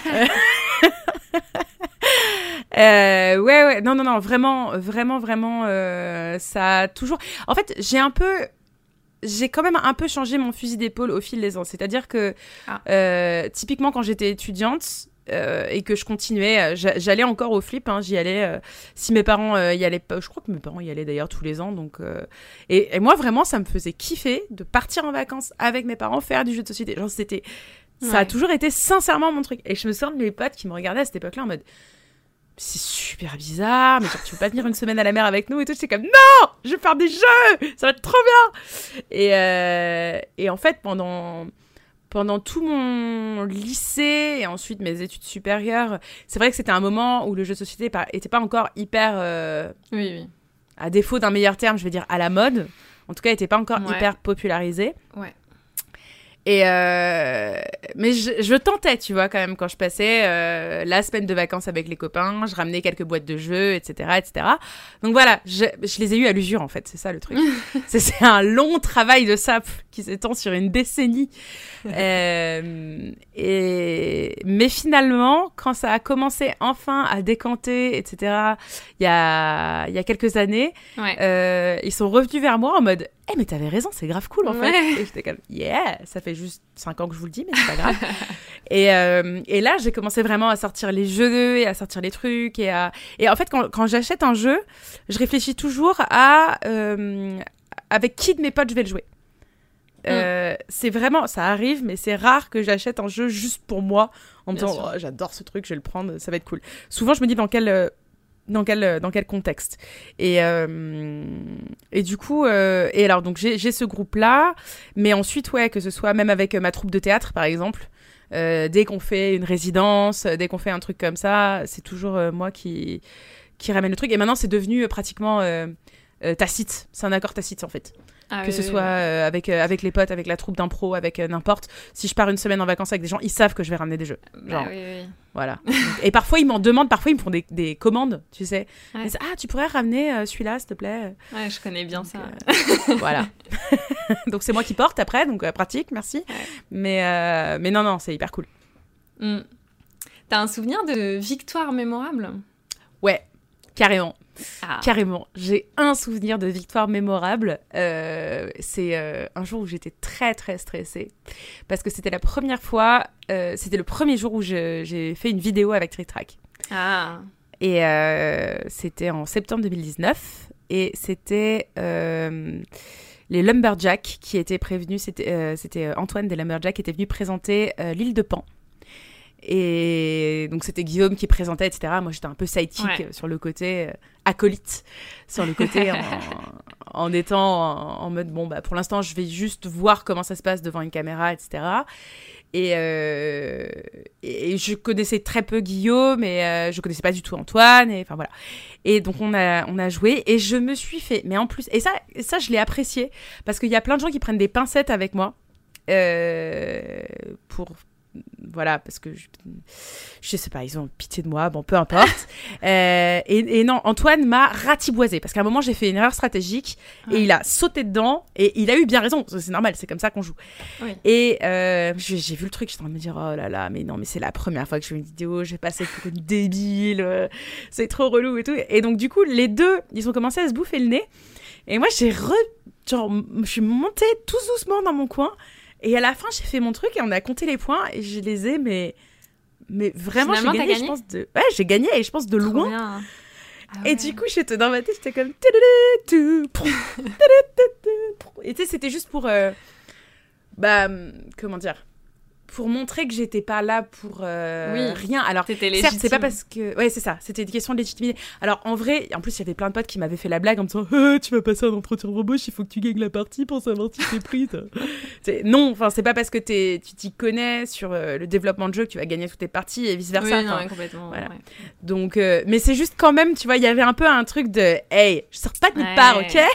Euh, ouais, ouais, non, non, non, vraiment, vraiment, vraiment, euh, ça a toujours... En fait, j'ai un peu... J'ai quand même un peu changé mon fusil d'épaule au fil des ans. C'est-à-dire que, Ah. euh, typiquement, quand j'étais étudiante euh, et que je continuais, euh, j'a- j'allais encore au flip, hein, j'y allais. Euh, si mes parents euh, y allaient pas... Je crois que mes parents y allaient d'ailleurs tous les ans. Donc, euh, et, et moi, vraiment, ça me faisait kiffer de partir en vacances avec mes parents, faire du jeu de société. Genre, c'était... Ça a Ouais. toujours été sincèrement mon truc. Et je me souviens de mes potes qui me regardaient à cette époque-là en mode... C'est super bizarre, mais genre, tu veux pas venir une semaine à la mer avec nous et tout. J'étais comme, non, je veux faire des jeux, ça va être trop bien. Et, euh, et en fait, pendant, pendant tout mon lycée et ensuite mes études supérieures, c'est vrai que c'était un moment où le jeu de société pas- était pas encore hyper, euh, Oui, oui. à défaut d'un meilleur terme, je vais dire à la mode. En tout cas, il était pas encore Ouais. hyper popularisé. Ouais. Et euh, mais je, je tentais, tu vois, quand même, quand je passais euh, la semaine de vacances avec les copains, je ramenais quelques boîtes de jeux, et cetera, et cetera. Donc voilà, je, je les ai eus à l'usure, en fait, c'est ça le truc. c'est, c'est un long travail de sape qui s'étend sur une décennie. euh, et... Mais finalement, quand ça a commencé enfin à décanter, et cetera, il y a, il y a quelques années, Ouais. euh, ils sont revenus vers moi en mode « Eh, mais t'avais raison, c'est grave cool, en Ouais. fait. » Et j'étais comme « Yeah, ça fait juste cinq ans que je vous le dis, mais c'est pas grave. » et, euh, et là, j'ai commencé vraiment à sortir les jeux et à sortir les trucs. Et, à... et en fait, quand, quand j'achète un jeu, je réfléchis toujours à euh, avec qui de mes potes je vais le jouer. Euh, c'est vraiment, ça arrive, mais c'est rare que j'achète un jeu juste pour moi en me Bien disant sûr. oh, j'adore ce truc, je vais le prendre, ça va être cool. Souvent, je me dis dans quel, euh, dans quel, euh, dans quel contexte. Et, euh, et du coup, euh, et alors donc j'ai, j'ai ce groupe-là, mais ensuite ouais, que ce soit même avec euh, ma troupe de théâtre par exemple, euh, dès qu'on fait une résidence, euh, dès qu'on fait un truc comme ça, c'est toujours euh, moi qui qui ramène le truc. Et maintenant, c'est devenu euh, pratiquement euh, euh, tacite. C'est un accord tacite en fait. Ah, que oui, ce oui, soit oui. euh, avec, euh, avec les potes, avec la troupe d'impro, avec euh, n'importe. Si je pars une semaine en vacances avec des gens, ils savent que je vais ramener des jeux. Bah Genre, oui, oui. voilà. Donc, et parfois, ils m'en demandent, parfois, ils me font des, des commandes, tu sais. Ouais. Ils disent, ah, tu pourrais ramener euh, celui-là, s'il te plaît. Ouais, je connais bien Donc, ça. euh, voilà. Donc, c'est moi qui porte après, donc euh, pratique, merci. Ouais. Mais, euh, mais non, non, c'est hyper cool. Mm. T'as un souvenir de victoire mémorable? Ouais, carrément. Ah. Carrément. J'ai un souvenir de victoire mémorable. Euh, c'est euh, un jour où j'étais très, très stressée. Parce que c'était la première fois, euh, c'était le premier jour où je- j'ai fait une vidéo avec Trick Track. Ah. Et euh, c'était en septembre deux mille dix-neuf. Et c'était euh, les Lumberjacks qui étaient prévenus. C'était, euh, c'était Antoine des Lumberjacks qui était venu présenter euh, l'île de Pan. Et donc c'était Guillaume qui présentait, et cetera. Moi j'étais un peu sidekick Ouais. euh, sur le côté, euh, acolyte sur le côté, en, en étant en, en mode bon bah pour l'instant je vais juste voir comment ça se passe devant une caméra, et cetera. Et, euh, et je connaissais très peu Guillaume, et euh, je connaissais pas du tout Antoine, et enfin voilà. Et donc on a on a joué et je me suis fait, mais en plus et ça et ça je l'ai apprécié parce qu'il y a plein de gens qui prennent des pincettes avec moi euh, pour voilà, parce que je, je sais pas, ils ont pitié de moi, bon, peu importe. euh, et, et non, Antoine m'a ratiboisé, parce qu'à un moment, j'ai fait une erreur stratégique, Ouais. et il a sauté dedans, et il a eu bien raison, c'est normal, c'est comme ça qu'on joue. Oui. Et euh, j'ai, j'ai vu le truc, j'étais en train de me dire, oh là là, mais non, mais c'est la première fois que je fais une vidéo, je vais passer pour une débile, euh, c'est trop relou et tout. Et donc, du coup, les deux, ils ont commencé à se bouffer le nez, et moi, j'ai re... genre, je suis montée tout doucement dans mon coin, et à la fin, j'ai fait mon truc et on a compté les points et je les ai, mais, mais vraiment, Finalement, j'ai t'as gagné, gagné je pense, de... Ouais, j'ai gagné et je pense de Trop loin. bien. Ah ouais. Et du coup, j'étais dans ma tête, j'étais comme... Et tu sais, c'était juste pour... Euh... Bah, comment dire, pour montrer que j'étais pas là pour euh, oui. rien. Alors, certes, c'est pas parce que... Ouais, c'est ça, c'était une question de légitimité. Alors, en vrai, en plus, il y avait plein de potes qui m'avaient fait la blague en me disant oh, « Tu vas passer un entretien d'embauche, il faut que tu gagnes la partie pour savoir si t'es prise. » Non, enfin, c'est pas parce que t'es, tu t'y connais sur euh, le développement de jeu que tu vas gagner toutes tes parties et vice-versa. Oui, non, complètement. Voilà. Ouais. Donc, euh, mais c'est juste quand même, tu vois, il y avait un peu un truc de « Hey, je sors pas de nulle ouais. part, ok ?»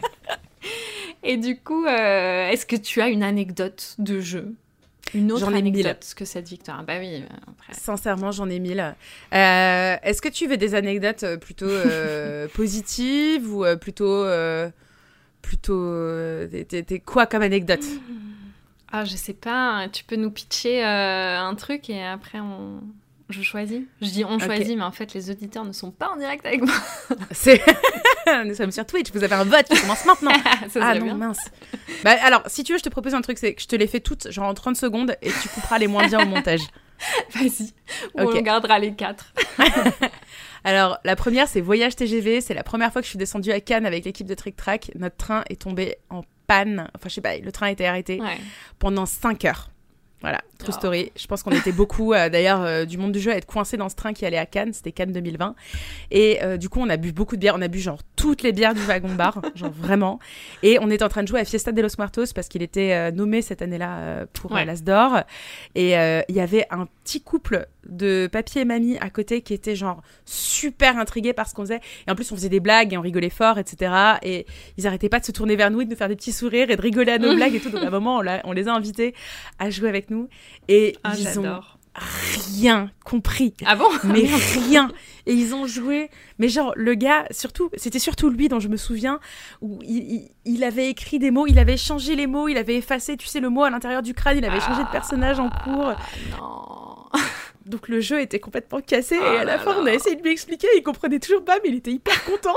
Et du coup, euh, est-ce que tu as une anecdote de jeu ? Une autre j'en ai anecdote mille. que cette victoire. Bah oui. Après. Sincèrement, j'en ai mille. Euh, est-ce que tu veux des anecdotes plutôt euh, positives ou euh, plutôt... Euh, plutôt... Euh, t'es, t'es quoi comme anecdote ? Ah, je sais pas. Tu peux nous pitcher euh, un truc et après on... Je choisis. Je dis on choisit, okay. mais en fait, les auditeurs ne sont pas en direct avec moi. C'est... Nous sommes sur Twitch, vous avez un vote qui commence maintenant. Ça ah non, bien. mince. Bah, alors, si tu veux, je te propose un truc, c'est que je te les fais toutes, genre en trente secondes, et tu couperas les moins bien au montage. Vas-y. Ou okay. on gardera les quatre. Alors, la première, c'est Voyage T G V. C'est la première fois que je suis descendue à Cannes avec l'équipe de Trick Track. Notre train est tombé en panne. Enfin, je sais pas, le train a été arrêté ouais. pendant cinq heures. Voilà, true oh. story. Je pense qu'on était beaucoup, euh, d'ailleurs, euh, du monde du jeu à être coincés dans ce train qui allait à Cannes. C'était Cannes deux mille vingt. Et euh, du coup, on a bu beaucoup de bières. On a bu genre toutes les bières du wagon-bar, genre vraiment. Et on était en train de jouer à Fiesta de los Muertos parce qu'il était euh, nommé cette année-là euh, pour ouais. euh, l'As d'Or. Et il euh, y avait un petit couple de papy et mamie à côté qui étaient genre super intrigués par ce qu'on faisait. Et en plus, on faisait des blagues et on rigolait fort, et cetera. Et ils arrêtaient pas de se tourner vers nous et de nous faire des petits sourires et de rigoler à nos blagues et tout. Donc à un moment, on, l'a, on les a invités à jouer avec nous. Et ah, ils j'adore. ont rien compris. Ah bon ? Mais rien. Et ils ont joué. Mais genre, le gars, surtout, c'était surtout lui dont je me souviens, où il, il, il avait écrit des mots, il avait changé les mots, il avait effacé, tu sais, le mot à l'intérieur du crâne, il avait ah, changé de personnage en cours. Non. Donc le jeu était complètement cassé. Oh et à la fin, là. on a essayé de lui expliquer, il comprenait toujours pas, mais il était hyper content.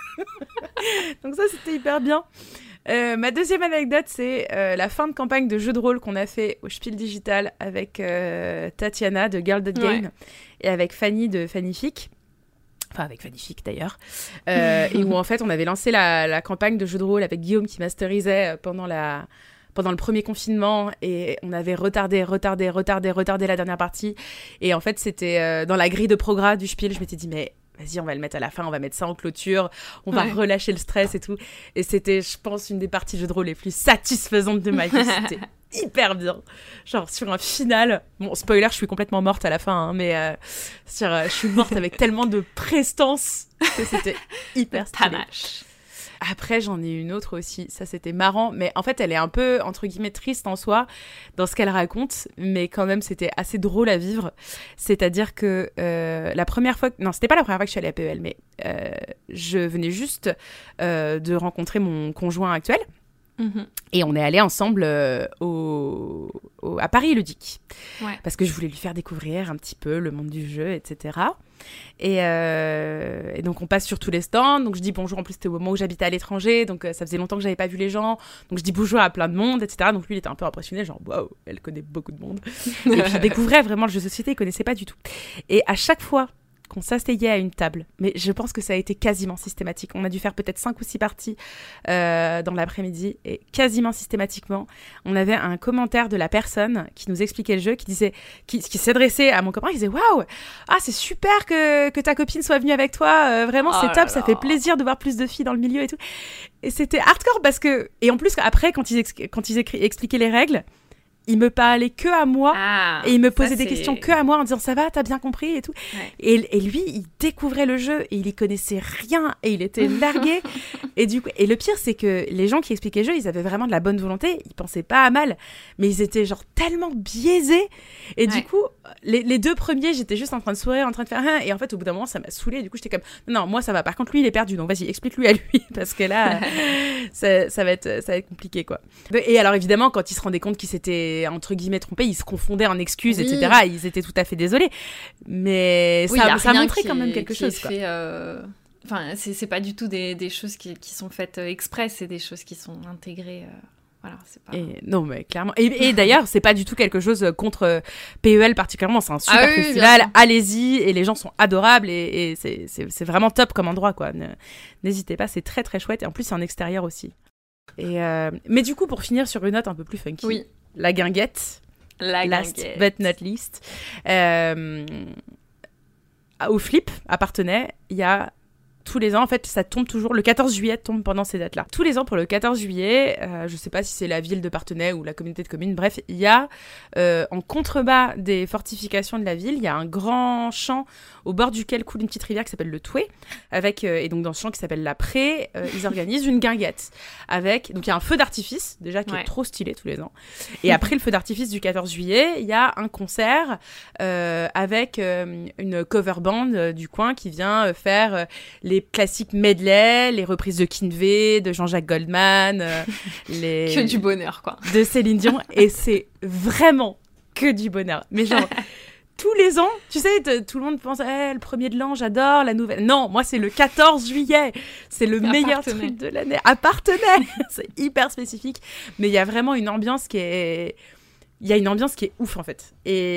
Donc ça, c'était hyper bien. Euh, ma deuxième anecdote, c'est euh, la fin de campagne de jeu de rôle qu'on a fait au Spiel Digital avec euh, Tatiana de Girl That Game ouais. et avec Fanny de Fannyfic. Enfin, avec Fannyfic d'ailleurs. Euh, et où en fait, on avait lancé la, la campagne de jeu de rôle avec Guillaume qui masterisait pendant la... pendant le premier confinement, et on avait retardé, retardé, retardé, retardé la dernière partie. Et en fait, c'était euh, dans la grille de progrès du Spiel, je m'étais dit, mais vas-y, on va le mettre à la fin, on va mettre ça en clôture, on va ouais. relâcher le stress et tout. Et c'était, je pense, une des parties de jeu de rôle les plus satisfaisantes de ma vie. C'était hyper bien. Genre, sur un final... Bon, spoiler, je suis complètement morte à la fin, hein, mais euh, sur, euh, je suis morte avec tellement de prestance que c'était hyper stylé. Panache. Après, j'en ai une autre aussi. Ça, c'était marrant. Mais en fait, elle est un peu, entre guillemets, triste en soi dans ce qu'elle raconte. Mais quand même, c'était assez drôle à vivre. C'est-à-dire que euh, la première fois... Que... Non, c'était pas la première fois que je suis allée à P E L, mais euh, je venais juste euh, de rencontrer mon conjoint actuel. Mm-hmm. Et on est allés ensemble euh, au, au, à Paris Ludique. Ouais. Parce que je voulais lui faire découvrir un petit peu le monde du jeu, et cetera. Et, euh, et donc on passe sur tous les stands, donc je dis bonjour. En plus c'était au moment où j'habitais à l'étranger, donc euh, ça faisait longtemps que j'avais pas vu les gens, donc je dis bonjour à plein de monde, etc. Donc lui il était un peu impressionné, genre waouh, elle connaît beaucoup de monde. Et puis il découvrait vraiment le jeu de société, il connaissait pas du tout. Et à chaque fois qu'on s'asseyait à une table, mais je pense que ça a été quasiment systématique, on a dû faire peut-être cinq ou six parties euh, dans l'après-midi, et quasiment systématiquement on avait un commentaire de la personne qui nous expliquait le jeu, qui disait, qui, qui s'adressait à mon copain, qui disait waouh, ah c'est super que, que ta copine soit venue avec toi, euh, vraiment c'est oh top, ça fait plaisir de voir plus de filles dans le milieu et tout. Et c'était hardcore parce que, et en plus après quand ils, ex- quand ils écrit- expliquaient les règles, il me parlait que à moi, ah, et il me posait ça, des c'est... questions que à moi en disant ça va, t'as bien compris et tout. Ouais. Et, et lui, il découvrait le jeu et il y connaissait rien et il était largué. et du coup, et le pire, c'est que les gens qui expliquaient le jeu, ils avaient vraiment de la bonne volonté, ils pensaient pas à mal, mais ils étaient genre tellement biaisés. Et ouais. du coup, les, les deux premiers, j'étais juste en train de sourire, en train de faire rien. Et en fait, au bout d'un moment, ça m'a saoulée. Du coup, j'étais comme non, non, moi ça va. Par contre, lui, il est perdu. Donc vas-y, explique-lui à lui parce que là, ça, ça va être, ça va être compliqué quoi. Et alors évidemment, quand il se rendait compte qu'il s'était entre guillemets trompés, ils se confondaient en excuses, oui. et cetera. Ils étaient tout à fait désolés, mais oui, ça, ça montrait qui, quand même quelque chose. Fait, euh... Enfin, c'est, c'est pas du tout des, des choses qui, qui sont faites exprès, c'est des choses qui sont intégrées. Euh... Voilà, c'est pas... Et, non, mais clairement. Et, et d'ailleurs, c'est pas du tout quelque chose contre P E L particulièrement. C'est un super ah, oui, festival. Allez-y. Et les gens sont adorables. Et, et c'est, c'est, c'est vraiment top comme endroit, quoi. Ne, n'hésitez pas, c'est très très chouette. Et en plus, c'est en extérieur aussi. Et euh... Mais du coup, pour finir sur une note un peu plus funky, oui. la guinguette. La last guinguette. but not least. Euh... Au Flip, à Parthenay, il y a tous les ans, en fait, ça tombe toujours, le quatorze juillet tombe pendant ces dates-là. Tous les ans, pour le quatorze juillet, euh, je sais pas si c'est la ville de Parthenay ou la communauté de communes, bref, il y a, euh, en contrebas des fortifications de la ville, il y a un grand champ au bord duquel coule une petite rivière qui s'appelle le Toué, avec, euh, et donc dans ce champ qui s'appelle la Prée, euh, ils organisent une guinguette, avec, donc il y a un feu d'artifice, déjà, qui ouais. est trop stylé tous les ans, et après le feu d'artifice du quatorze juillet, il y a un concert, euh, avec euh, une cover band euh, du coin qui vient euh, faire euh, les classiques medley, les reprises de Kinvey, de Jean-Jacques Goldman, euh, les... que du bonheur, quoi. De Céline Dion, et c'est vraiment que du bonheur. Mais genre, tous les ans, tu sais, t- tout le monde pense, hey, le premier de l'an, j'adore la nouvelle. Non, moi, c'est le quatorze juillet. C'est le meilleur truc de l'année. À Parthenay. C'est hyper spécifique. Mais il y a vraiment une ambiance qui est... Il y a une ambiance qui est ouf, en fait.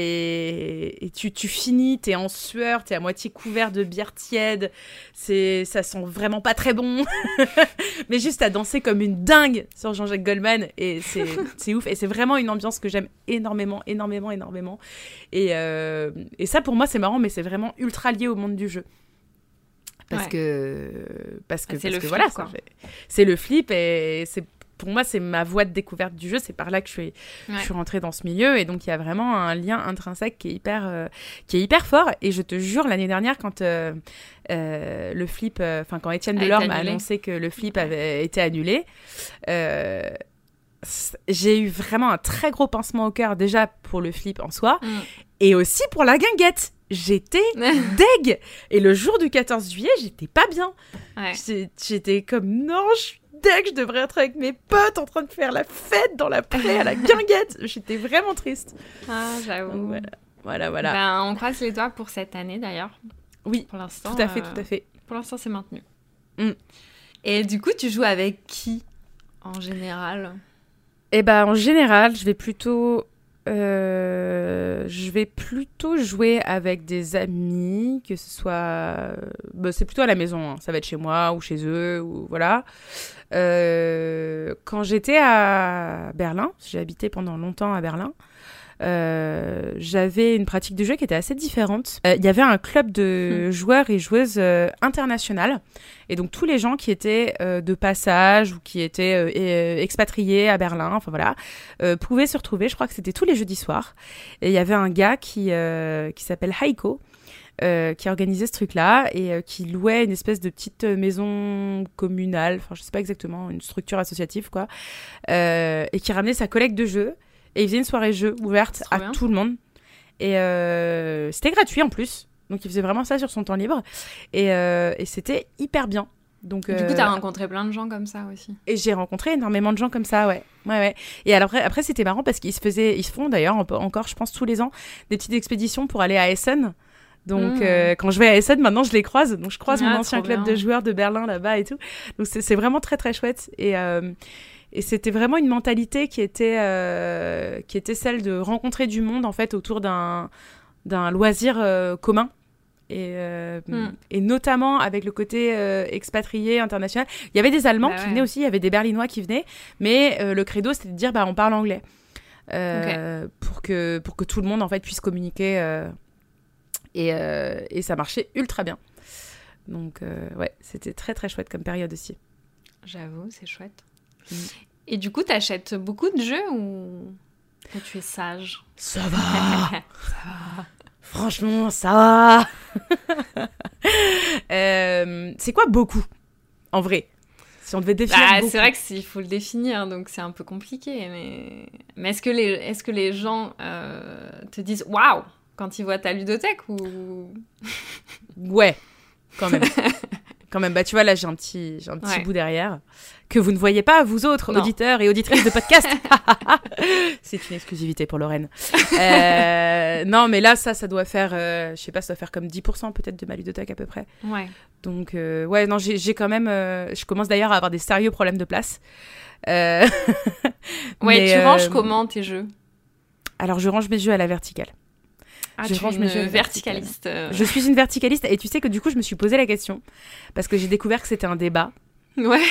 Et, et tu, tu finis, t'es en sueur, t'es à moitié couvert de bière tiède. C'est... Ça sent vraiment pas très bon. Mais juste à danser comme une dingue sur Jean-Jacques Goldman. Et c'est, c'est ouf. Et c'est vraiment une ambiance que j'aime énormément, énormément, énormément. Et, euh, et ça, pour moi, c'est marrant, mais c'est vraiment ultra lié au monde du jeu. Parce ouais. que... Parce que, ah, c'est parce le que flip, voilà, quoi. Ça fait... C'est le flip et c'est... Pour moi, c'est ma voie de découverte du jeu. C'est par là que je suis, ouais. je suis rentrée dans ce milieu. Et donc, il y a vraiment un lien intrinsèque qui est hyper, euh, qui est hyper fort. Et je te jure, l'année dernière, quand euh, euh, le flip... Enfin, euh, quand Étienne Delorme a annoncé que le flip avait été annulé, euh, j'ai eu vraiment un très gros pincement au cœur, déjà pour le flip en soi, mm. et aussi pour la guinguette. J'étais deg. Et le jour du quatorze juillet, j'étais pas bien. Ouais. J'étais comme, non, je suis dès que je devrais être avec mes potes en train de faire la fête dans la Prée à la guinguette. J'étais vraiment triste. Ah, j'avoue. Donc, voilà, voilà. voilà. Ben, on croise les doigts pour cette année, d'ailleurs. Oui, pour l'instant, tout à fait, euh, tout à fait. Pour l'instant, c'est maintenu. Mm. Et du coup, tu joues avec qui, en général ? Eh ben, en général, je vais plutôt... Euh, je vais plutôt jouer avec des amis, que ce soit... Bah, c'est plutôt à la maison, hein. Ça va être chez moi ou chez eux, ou voilà. Euh, quand j'étais à Berlin, j'ai habité pendant longtemps à Berlin, euh, j'avais une pratique de jeu qui était assez différente. Il euh, y avait un club de mmh. joueurs et joueuses euh, internationales, et donc tous les gens qui étaient euh, de passage ou qui étaient euh, euh, expatriés à Berlin, enfin voilà, euh, pouvaient se retrouver. Je crois que c'était tous les jeudis soirs. Et il y avait un gars qui euh, qui s'appelle Heiko, Euh, qui organisait ce truc-là et euh, qui louait une espèce de petite maison communale, enfin je sais pas exactement, une structure associative quoi, euh, et qui ramenait sa collecte de jeux et il faisait une soirée jeu ouverte à bien. Tout le monde et euh, c'était gratuit en plus, donc il faisait vraiment ça sur son temps libre et, euh, et c'était hyper bien. Donc, du euh... coup, t'as rencontré plein de gens comme ça aussi. Et j'ai rencontré énormément de gens comme ça, ouais. ouais, ouais. Et alors après, après c'était marrant parce qu'ils se faisaient, ils se font d'ailleurs encore, je pense tous les ans, des petites expéditions pour aller à Essen. Donc, mmh. euh, quand je vais à Essen, maintenant, je les croise. Donc, je croise ah, mon ancien club bien. de joueurs de Berlin là-bas et tout. Donc, c'est, c'est vraiment très, très chouette. Et, euh, et c'était vraiment une mentalité qui était, euh, qui était celle de rencontrer du monde, en fait, autour d'un, d'un loisir euh, commun. Et, euh, mmh. et notamment avec le côté euh, expatrié, international. Il y avait des Allemands bah qui ouais. venaient aussi, il y avait des Berlinois qui venaient. Mais euh, le credo, c'était de dire, bah, on parle anglais. Euh, okay. pour, que, pour que tout le monde, en fait, puisse communiquer... Euh, Et, euh, et ça marchait ultra bien. Donc, euh, ouais, c'était très, très chouette comme période aussi. J'avoue, c'est chouette. Mm. Et du coup, t'achètes beaucoup de jeux ou que tu es sage ? Ça va. Ça va. Franchement, ça va. euh, c'est quoi beaucoup, en vrai ? Si on devait définir bah, beaucoup. C'est vrai qu'il faut le définir, donc c'est un peu compliqué. Mais, mais est-ce que les, est-ce que les gens euh, te disent « Waouh !» quand ils voient ta ludothèque ou... Ouais, quand même. Quand même, bah tu vois, là, j'ai un petit, j'ai un petit ouais. bout derrière que vous ne voyez pas, vous autres, non. auditeurs et auditrices de podcast. C'est une exclusivité pour Lorraine. Euh, non, mais là, ça, ça doit faire, euh, je sais pas, ça doit faire comme dix pour cent peut-être de ma ludothèque à peu près. Ouais. Donc, euh, ouais, non, j'ai, j'ai quand même... Euh, je commence d'ailleurs à avoir des sérieux problèmes de place. Euh... Ouais, Mais, tu ranges euh, comment tes jeux? Alors, je range mes jeux à la verticale. Ah, je tu es range une mes jeux verticaliste. euh. Je suis une verticaliste et tu sais que du coup, je me suis posé la question parce que j'ai découvert que c'était un débat. Ouais.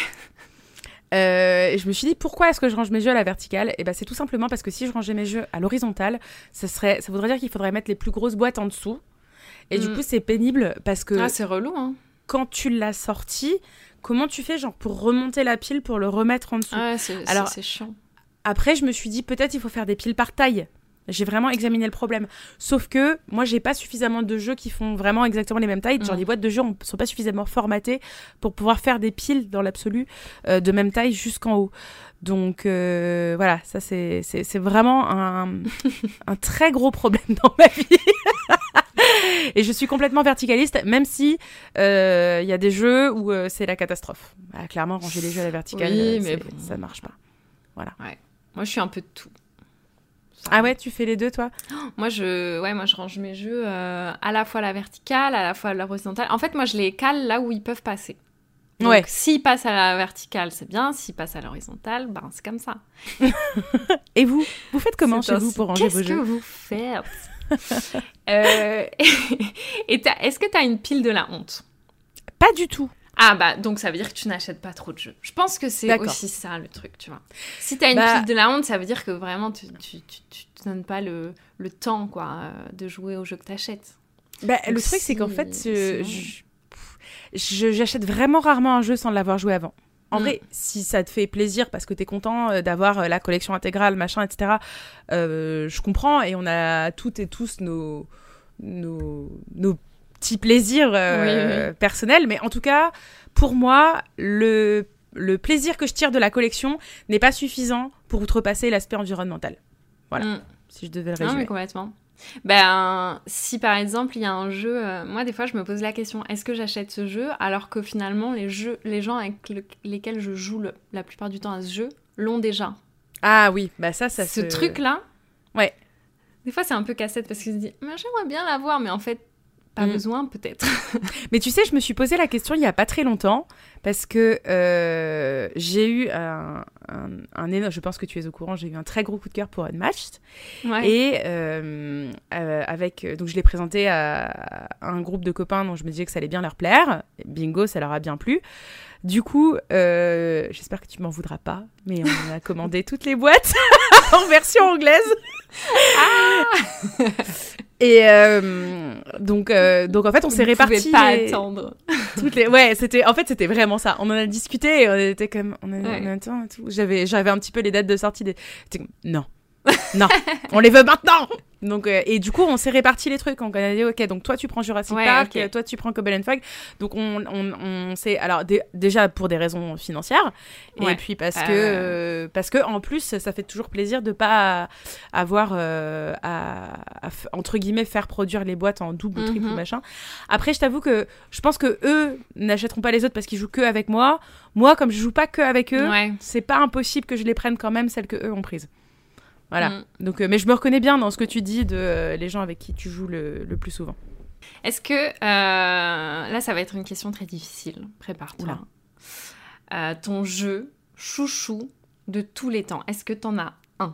Euh, et je me suis dit pourquoi est-ce que je range mes jeux à la verticale? Et ben c'est tout simplement parce que si je rangeais mes jeux à l'horizontale, ça serait, ça voudrait dire qu'il faudrait mettre les plus grosses boîtes en dessous. Et mm. du coup, c'est pénible parce que ah, c'est relou, hein. Quand tu l'as sorti, comment tu fais genre pour remonter la pile pour le remettre en dessous? Ah, c'est, Alors, c'est, c'est chiant. Après, je me suis dit peut-être il faut faire des piles par taille. J'ai vraiment examiné le problème. Sauf que moi, j'ai pas suffisamment de jeux qui font vraiment exactement les mêmes tailles. Mmh. Genre, les boîtes de jeux ne sont pas suffisamment formatées pour pouvoir faire des piles dans l'absolu euh, de même taille jusqu'en haut. Donc, euh, voilà, ça, c'est, c'est, c'est vraiment un, un très gros problème dans ma vie. Et je suis complètement verticaliste, même si il euh, y a des jeux où euh, c'est la catastrophe. Ah, clairement, ranger les jeux à la verticale, oui, euh, mais bon. ça marche pas. Voilà. Ouais. Moi, je suis un peu de tout. Ça, ah ouais, tu fais les deux, toi? Moi, je, ouais, moi, je range mes jeux euh, à la fois à la verticale, à la fois à la horizontale. En fait, moi, je les cale là où ils peuvent passer. Donc, ouais. s'ils passent à la verticale, c'est bien. S'ils passent à l'horizontale, ben, c'est comme ça. Et vous? Vous faites comment c'est chez vous pour ranger vos jeux? Qu'est-ce que vous faites? euh, et t'as, est-ce que tu as une pile de la honte? Pas du tout. Ah bah, donc ça veut dire que tu n'achètes pas trop de jeux. Je pense que c'est D'accord. aussi ça le truc, tu vois. Si t'as une bah... pile de la honte, ça veut dire que vraiment tu, tu, tu, tu te donnes pas le, le temps, quoi, de jouer aux jeux que t'achètes. Bah, le truc, si... c'est qu'en fait, je, je, je, j'achète vraiment rarement un jeu sans l'avoir joué avant. En mm. vrai, si ça te fait plaisir parce que t'es content d'avoir la collection intégrale, machin, et cetera, euh, je comprends. Et on a toutes et tous nos, nos, nos petits plaisirs euh, oui, oui. personnels. Mais en tout cas, pour moi, le, le plaisir que je tire de la collection n'est pas suffisant pour outrepasser l'aspect environnemental. Voilà, mm. si je devais le résumer. Non, mais complètement. Ben, si par exemple il y a un jeu, euh, moi des fois je me pose la question, est-ce que j'achète ce jeu alors que finalement les jeux, les gens avec le, lesquels je joue le, la plupart du temps à ce jeu l'ont déjà. Ah oui, bah ça, ça ce se... truc là. Ouais. Des fois c'est un peu cassette parce qu'ils se disent, mais j'aimerais bien l'avoir, mais en fait pas mmh. besoin peut-être. Mais tu sais, je me suis posé la question il y a pas très longtemps parce que euh, j'ai eu un, un, un énorme, je pense que tu es au courant, j'ai eu un très gros coup de cœur pour Unmatched. Ouais. Et euh, euh, avec, donc je l'ai présenté à, à un groupe de copains dont je me disais que ça allait bien leur plaire. Bingo, ça leur a bien plu. Du coup, euh, j'espère que tu m'en voudras pas, mais on a commandé toutes les boîtes en version anglaise. Ah Et euh, donc, euh, donc en fait, on Vous s'est répartis. Vous ne pouvez pas attendre. Toutes les... Ouais, c'était, en fait, c'était vraiment ça. On en a discuté et on était comme, on, a, ouais. on attend et tout. J'avais, j'avais un petit peu les dates de sortie. Des... Comme, non, non, on les veut maintenant. Donc, euh, et du coup, on s'est répartis les trucs. On a dit, ok, donc toi, tu prends Jurassic ouais, Park, okay. toi, tu prends Cobble and Fog. Donc, on, on, on s'est, alors d- déjà pour des raisons financières, ouais. et puis parce euh... que, euh, parce que en plus, ça fait toujours plaisir de pas avoir euh, à, à, entre guillemets, faire produire les boîtes en double ou triple mm-hmm. machin. Après, je t'avoue que je pense que eux n'achèteront pas les autres parce qu'ils jouent que avec moi. Moi, comme je joue pas que avec eux, ouais. c'est pas impossible que je les prenne quand même celles que eux ont prises. Voilà. Mm. Donc, euh, mais je me reconnais bien dans ce que tu dis de euh, les gens avec qui tu joues le, le plus souvent. Est-ce que... Euh, là, ça va être une question très difficile. Prépare-toi. Euh, ton jeu chouchou de tous les temps, est-ce que t'en as un?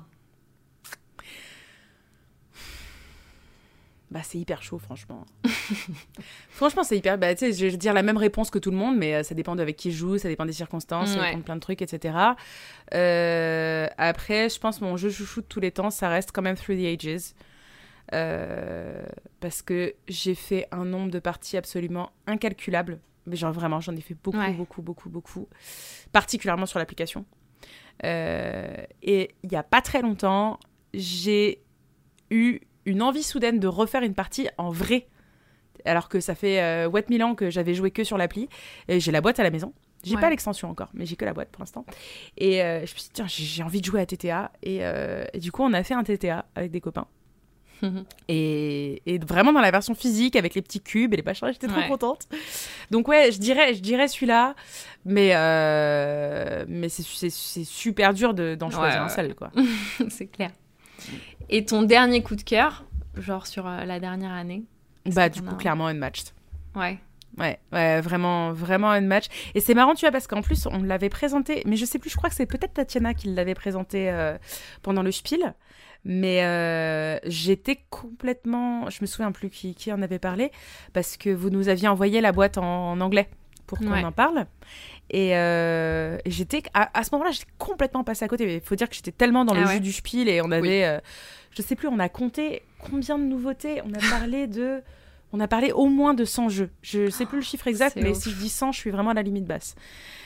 Bah, c'est hyper chaud, franchement. Franchement, c'est hyper... Bah, tu sais, je vais dire la même réponse que tout le monde, mais euh, ça dépend de avec qui je joue, ça dépend des circonstances, ouais. ça dépend de plein de trucs, et cetera. Euh, après, je pense que mon jeu chouchou de tous les temps, ça reste quand même Through the Ages. Euh, parce que j'ai fait un nombre de parties absolument incalculable. Mais genre, vraiment, j'en ai fait beaucoup, ouais. beaucoup, beaucoup, beaucoup. Particulièrement sur l'application. Euh, et il n'y a pas très longtemps, j'ai eu... une envie soudaine de refaire une partie en vrai. Alors que ça fait euh, huit mille ans que j'avais joué que sur l'appli. Et j'ai la boîte à la maison. J'ai ouais. pas l'extension encore, mais j'ai que la boîte pour l'instant. Et euh, je me suis dit, tiens, j'ai, j'ai envie de jouer à T T A. Et, euh, et du coup, on a fait un T T A avec des copains. et, et vraiment dans la version physique, avec les petits cubes et les machins, j'étais trop ouais. contente. Donc ouais, je dirais, je dirais celui-là. Mais, euh, mais c'est, c'est, c'est super dur de, d'en choisir ouais, un seul, quoi. C'est clair. Et ton dernier coup de cœur, genre sur euh, la dernière année? Bah, du coup, clairement, Unmatched. Ouais. Ouais, ouais, vraiment, vraiment un match. Et c'est marrant, tu vois, parce qu'en plus, on l'avait présenté, mais je sais plus, je crois que c'est peut-être Tatiana qui l'avait présenté euh, pendant le Spiel. Mais euh, j'étais complètement... Je me souviens plus qui, qui en avait parlé, parce que vous nous aviez envoyé la boîte en, en anglais pour qu'on ouais. en parle. Et, euh, et j'étais... À, à ce moment-là, j'étais complètement passée à côté. Il faut dire que j'étais tellement dans ah le ouais. jus du Spiel et on avait... Oui. Euh, je sais plus, on a compté combien de nouveautés. On a parlé de... On a parlé au moins de cent jeux. Je sais plus le chiffre exact, c'est mais ouf. Si je dis cent, je suis vraiment à la limite basse.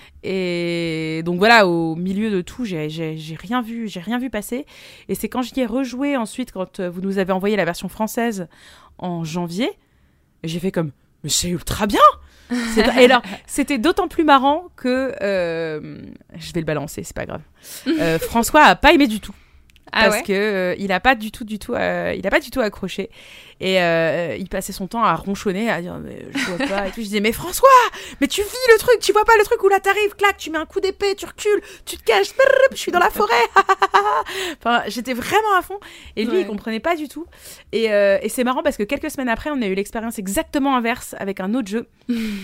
Et donc voilà, au milieu de tout, j'ai, j'ai, j'ai rien vu, j'ai rien vu passer. Et c'est quand j'y ai rejoué ensuite, quand vous nous avez envoyé la version française en janvier, et j'ai fait comme, mais c'est ultra bien. C'est... Et alors, c'était d'autant plus marrant que euh... je vais le balancer, c'est pas grave. Euh, François a pas aimé du tout. Ah parce ouais que euh, il a pas du tout du tout euh, il a pas du tout accroché et euh, il passait son temps à ronchonner à dire mais je vois pas et tout. Je disais mais François, mais tu vis le truc, tu vois pas le truc où là t'arrives, clac, tu mets un coup d'épée, tu recules, tu te caches, je suis dans la forêt. Enfin, j'étais vraiment à fond et lui ouais. il comprenait pas du tout et, euh, et c'est marrant parce que quelques semaines après on a eu l'expérience exactement inverse avec un autre jeu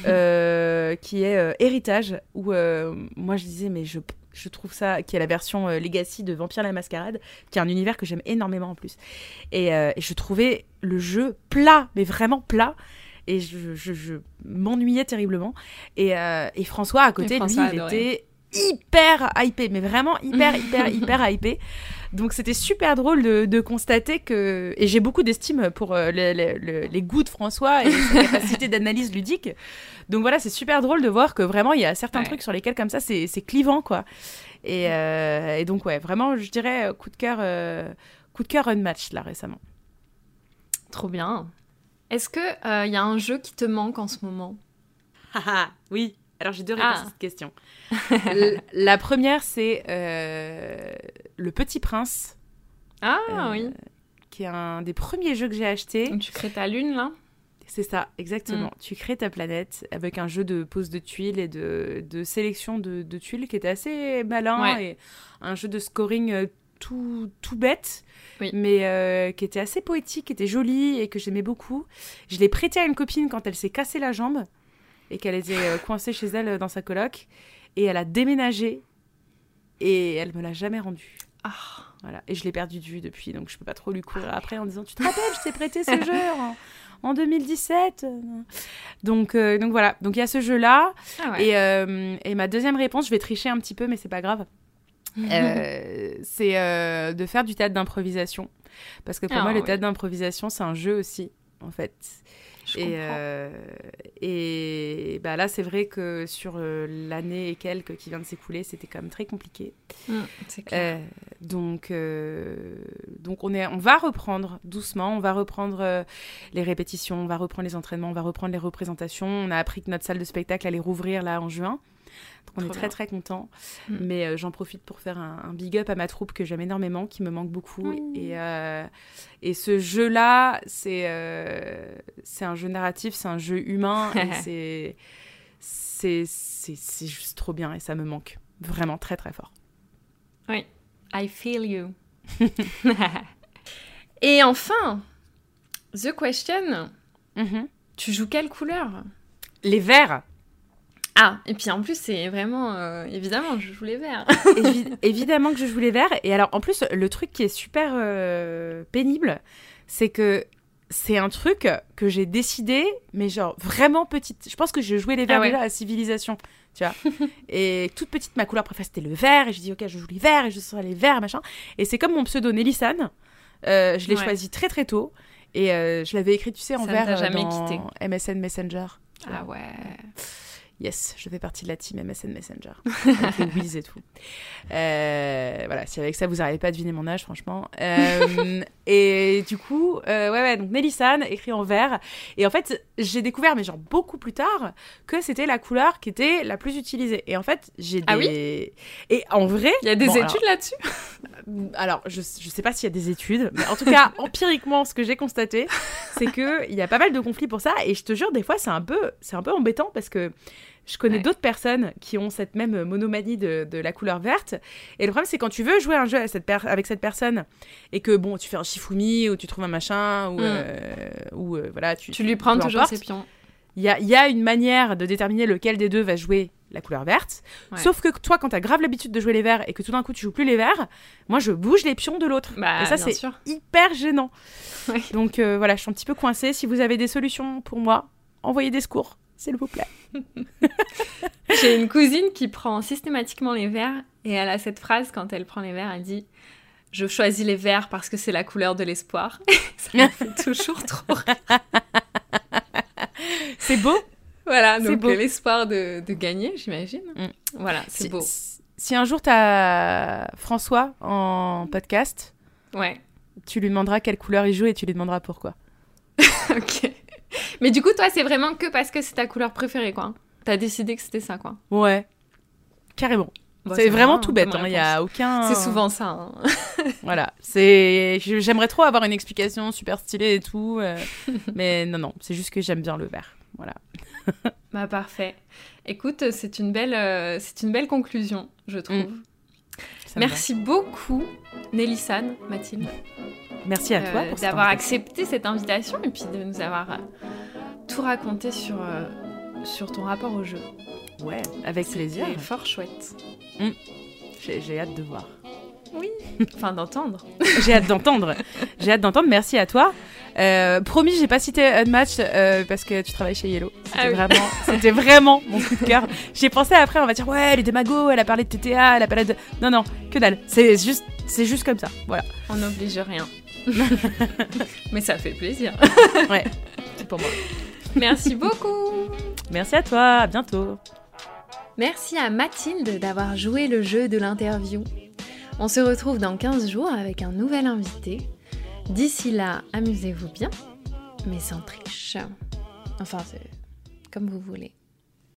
euh, qui est euh, Héritage où euh, moi je disais mais je Je trouve ça, qui est la version euh, Legacy de Vampire la Mascarade, qui est un univers que j'aime énormément en plus. Et, euh, et je trouvais le jeu plat, mais vraiment plat. Et je, je, je m'ennuyais terriblement. Et, euh, et François, à côté, François lui, il était hyper hypé, mais vraiment hyper, hyper, hyper hypé. Donc c'était super drôle de, de constater que... Et j'ai beaucoup d'estime pour euh, les, les, les goûts de François et sa capacité d'analyse ludique. Donc voilà, c'est super drôle de voir que vraiment, il y a certains ouais. trucs sur lesquels, comme ça, c'est, c'est clivant, quoi. Et, euh, et donc, ouais, vraiment, je dirais, coup de cœur, euh, coup de cœur Unmatched, là, récemment. Trop bien. Est-ce qu'il euh, y a un jeu qui te manque en ce moment ? Haha, oui. Alors, j'ai deux réponses ah. à cette question. L- la première, c'est euh, Le Petit Prince. Ah, euh, oui. Qui est un des premiers jeux que j'ai acheté. Donc, tu crées ta lune, là ? C'est ça, exactement. Mm. Tu crées ta planète avec un jeu de pose de tuiles et de, de sélection de, de tuiles qui était assez malin ouais. et un jeu de scoring euh, tout, tout bête, oui. mais euh, qui était assez poétique, qui était joli et que j'aimais beaucoup. Je l'ai prêté à une copine quand elle s'est cassée la jambe et qu'elle était euh, coincée chez elle dans sa coloc et elle a déménagé et elle me l'a jamais rendu. Ah. Voilà. Et je l'ai perdu de vue depuis, donc je peux pas trop lui courir après en disant « Tu te rappelles, je t'ai prêté ce jeu en, en deux mille dix-sept » donc, euh, donc voilà, donc il y a ce jeu-là. Ah ouais. et, euh, et ma deuxième réponse, je vais tricher un petit peu, mais c'est pas grave. euh, c'est euh, de faire du théâtre d'improvisation. Parce que pour ah, moi, oui. le théâtre d'improvisation, c'est un jeu aussi, en fait. Je et, euh, et bah là, c'est vrai que sur euh, l'année et quelques qui vient de s'écouler, c'était quand même très compliqué. Mmh, c'est clair. Euh, donc, euh, donc on, est, on va reprendre doucement, on va reprendre euh, les répétitions, on va reprendre les entraînements, on va reprendre les représentations. On a appris que notre salle de spectacle allait rouvrir là en juin. Donc on Trop est très bien. très contents, mmh. mais euh, j'en profite pour faire un, un big up à ma troupe que j'aime énormément, qui me manque beaucoup. Mmh. Et, euh, et ce jeu-là, c'est, euh, c'est un jeu narratif, c'est un jeu humain, et c'est, c'est, c'est, c'est juste trop bien et ça me manque vraiment très très fort. Oui, I feel you. Et enfin, the question, mm-hmm. tu joues quelle couleur ? Les verts. Ah, et puis en plus, c'est vraiment... Euh, évidemment, je joue les verts. Évi- évidemment que je joue les verts. Et alors, en plus, le truc qui est super euh, pénible, c'est que c'est un truc que j'ai décidé, mais genre vraiment petite. Je pense que je jouais les verts ah ouais. déjà à Civilisation, tu vois. Et toute petite, ma couleur préférée, c'était le vert. Et je dis, ok, je joue les verts et je sors les verts, machin. Et c'est comme mon pseudo Nélisane. Euh, je l'ai ouais. choisi très, très tôt. Et euh, je l'avais écrit, tu sais, en Ça vert t'a jamais dans quitté. M S N Messenger. Ah ouais... Yes, je fais partie de la team M S N Messenger. Avec les Wiz et tout. Euh, voilà, si avec ça, vous n'arrivez pas à deviner mon âge, franchement. Euh, et du coup, euh, ouais, ouais, donc Nélisane, écrit en vert. Et en fait, j'ai découvert, mais genre beaucoup plus tard, que c'était la couleur qui était la plus utilisée. Et en fait, j'ai des... Ah oui ? Et en vrai... Il y a des bon, études alors... là-dessus ? Alors, je ne sais pas s'il y a des études, mais en tout cas, empiriquement, ce que j'ai constaté, c'est qu'il y a pas mal de conflits pour ça. Et je te jure, des fois, c'est un peu, c'est un peu embêtant parce que je connais ouais. d'autres personnes qui ont cette même monomanie de, de la couleur verte. Et le problème, c'est quand tu veux jouer un jeu avec cette, per- avec cette personne et que, bon, tu fais un Shifumi ou tu trouves un machin ou, mm. euh, ou euh, voilà... Tu, tu lui prends toujours ses pions. Il y a, y a une manière de déterminer lequel des deux va jouer la couleur verte. Ouais. Sauf que toi, quand t'as grave l'habitude de jouer les verts et que tout d'un coup tu joues plus les verts, moi je bouge les pions de l'autre. Bah, et ça c'est sûr. hyper gênant. Ouais. Donc euh, voilà, je suis un petit peu coincée. Si vous avez des solutions pour moi, envoyez des secours, s'il vous plaît. J'ai une cousine qui prend systématiquement les verts et elle a cette phrase quand elle prend les verts, elle dit « Je choisis les verts parce que c'est la couleur de l'espoir. » Ça me fait toujours trop rire. C'est beau. Voilà, donc beau. l'espoir de, de gagner, j'imagine. Mm. Voilà, c'est si, beau. Si, si un jour t'as François en podcast, ouais. tu lui demanderas quelle couleur il joue et tu lui demanderas pourquoi. Ok. Mais du coup, toi, c'est vraiment que parce que c'est ta couleur préférée, quoi. T'as décidé que c'était ça, quoi. Ouais, carrément. Bon, c'est, c'est vraiment tout bête, il hein, n'y a aucun... C'est souvent ça. Hein. Voilà, c'est... j'aimerais trop avoir une explication super stylée et tout, euh... mais non, non, c'est juste que j'aime bien le vert, voilà. Bah parfait. Écoute, c'est une belle, euh, c'est une belle conclusion, je trouve. Mmh. Merci beaucoup, Nélissane, Mathilde. Merci à toi euh, pour d'avoir accepté cette invitation et puis de nous avoir euh, tout raconté sur, euh, sur ton rapport au jeu. Ouais, avec C'était plaisir. C'est fort chouette. Mmh. J'ai, j'ai hâte de voir. Oui, enfin d'entendre. J'ai hâte d'entendre. J'ai hâte d'entendre. Merci à toi. Euh, promis, j'ai pas cité Unmatch euh, parce que tu travailles chez Yellow. C'était, ah oui. vraiment, c'était vraiment mon coup de cœur. J'ai pensé après, on va dire ouais, elle est démago, elle a parlé de T T A, elle a parlé de. Non, non, que dalle. C'est juste, c'est juste comme ça. Voilà. On n'oblige rien. Mais ça fait plaisir. Ouais, c'est pour moi. Merci beaucoup. Merci à toi. À bientôt. Merci à Mathilde d'avoir joué le jeu de l'interview. On se retrouve dans quinze jours avec un nouvel invité. D'ici là, amusez-vous bien, mais sans triche. Enfin, c'est comme vous voulez.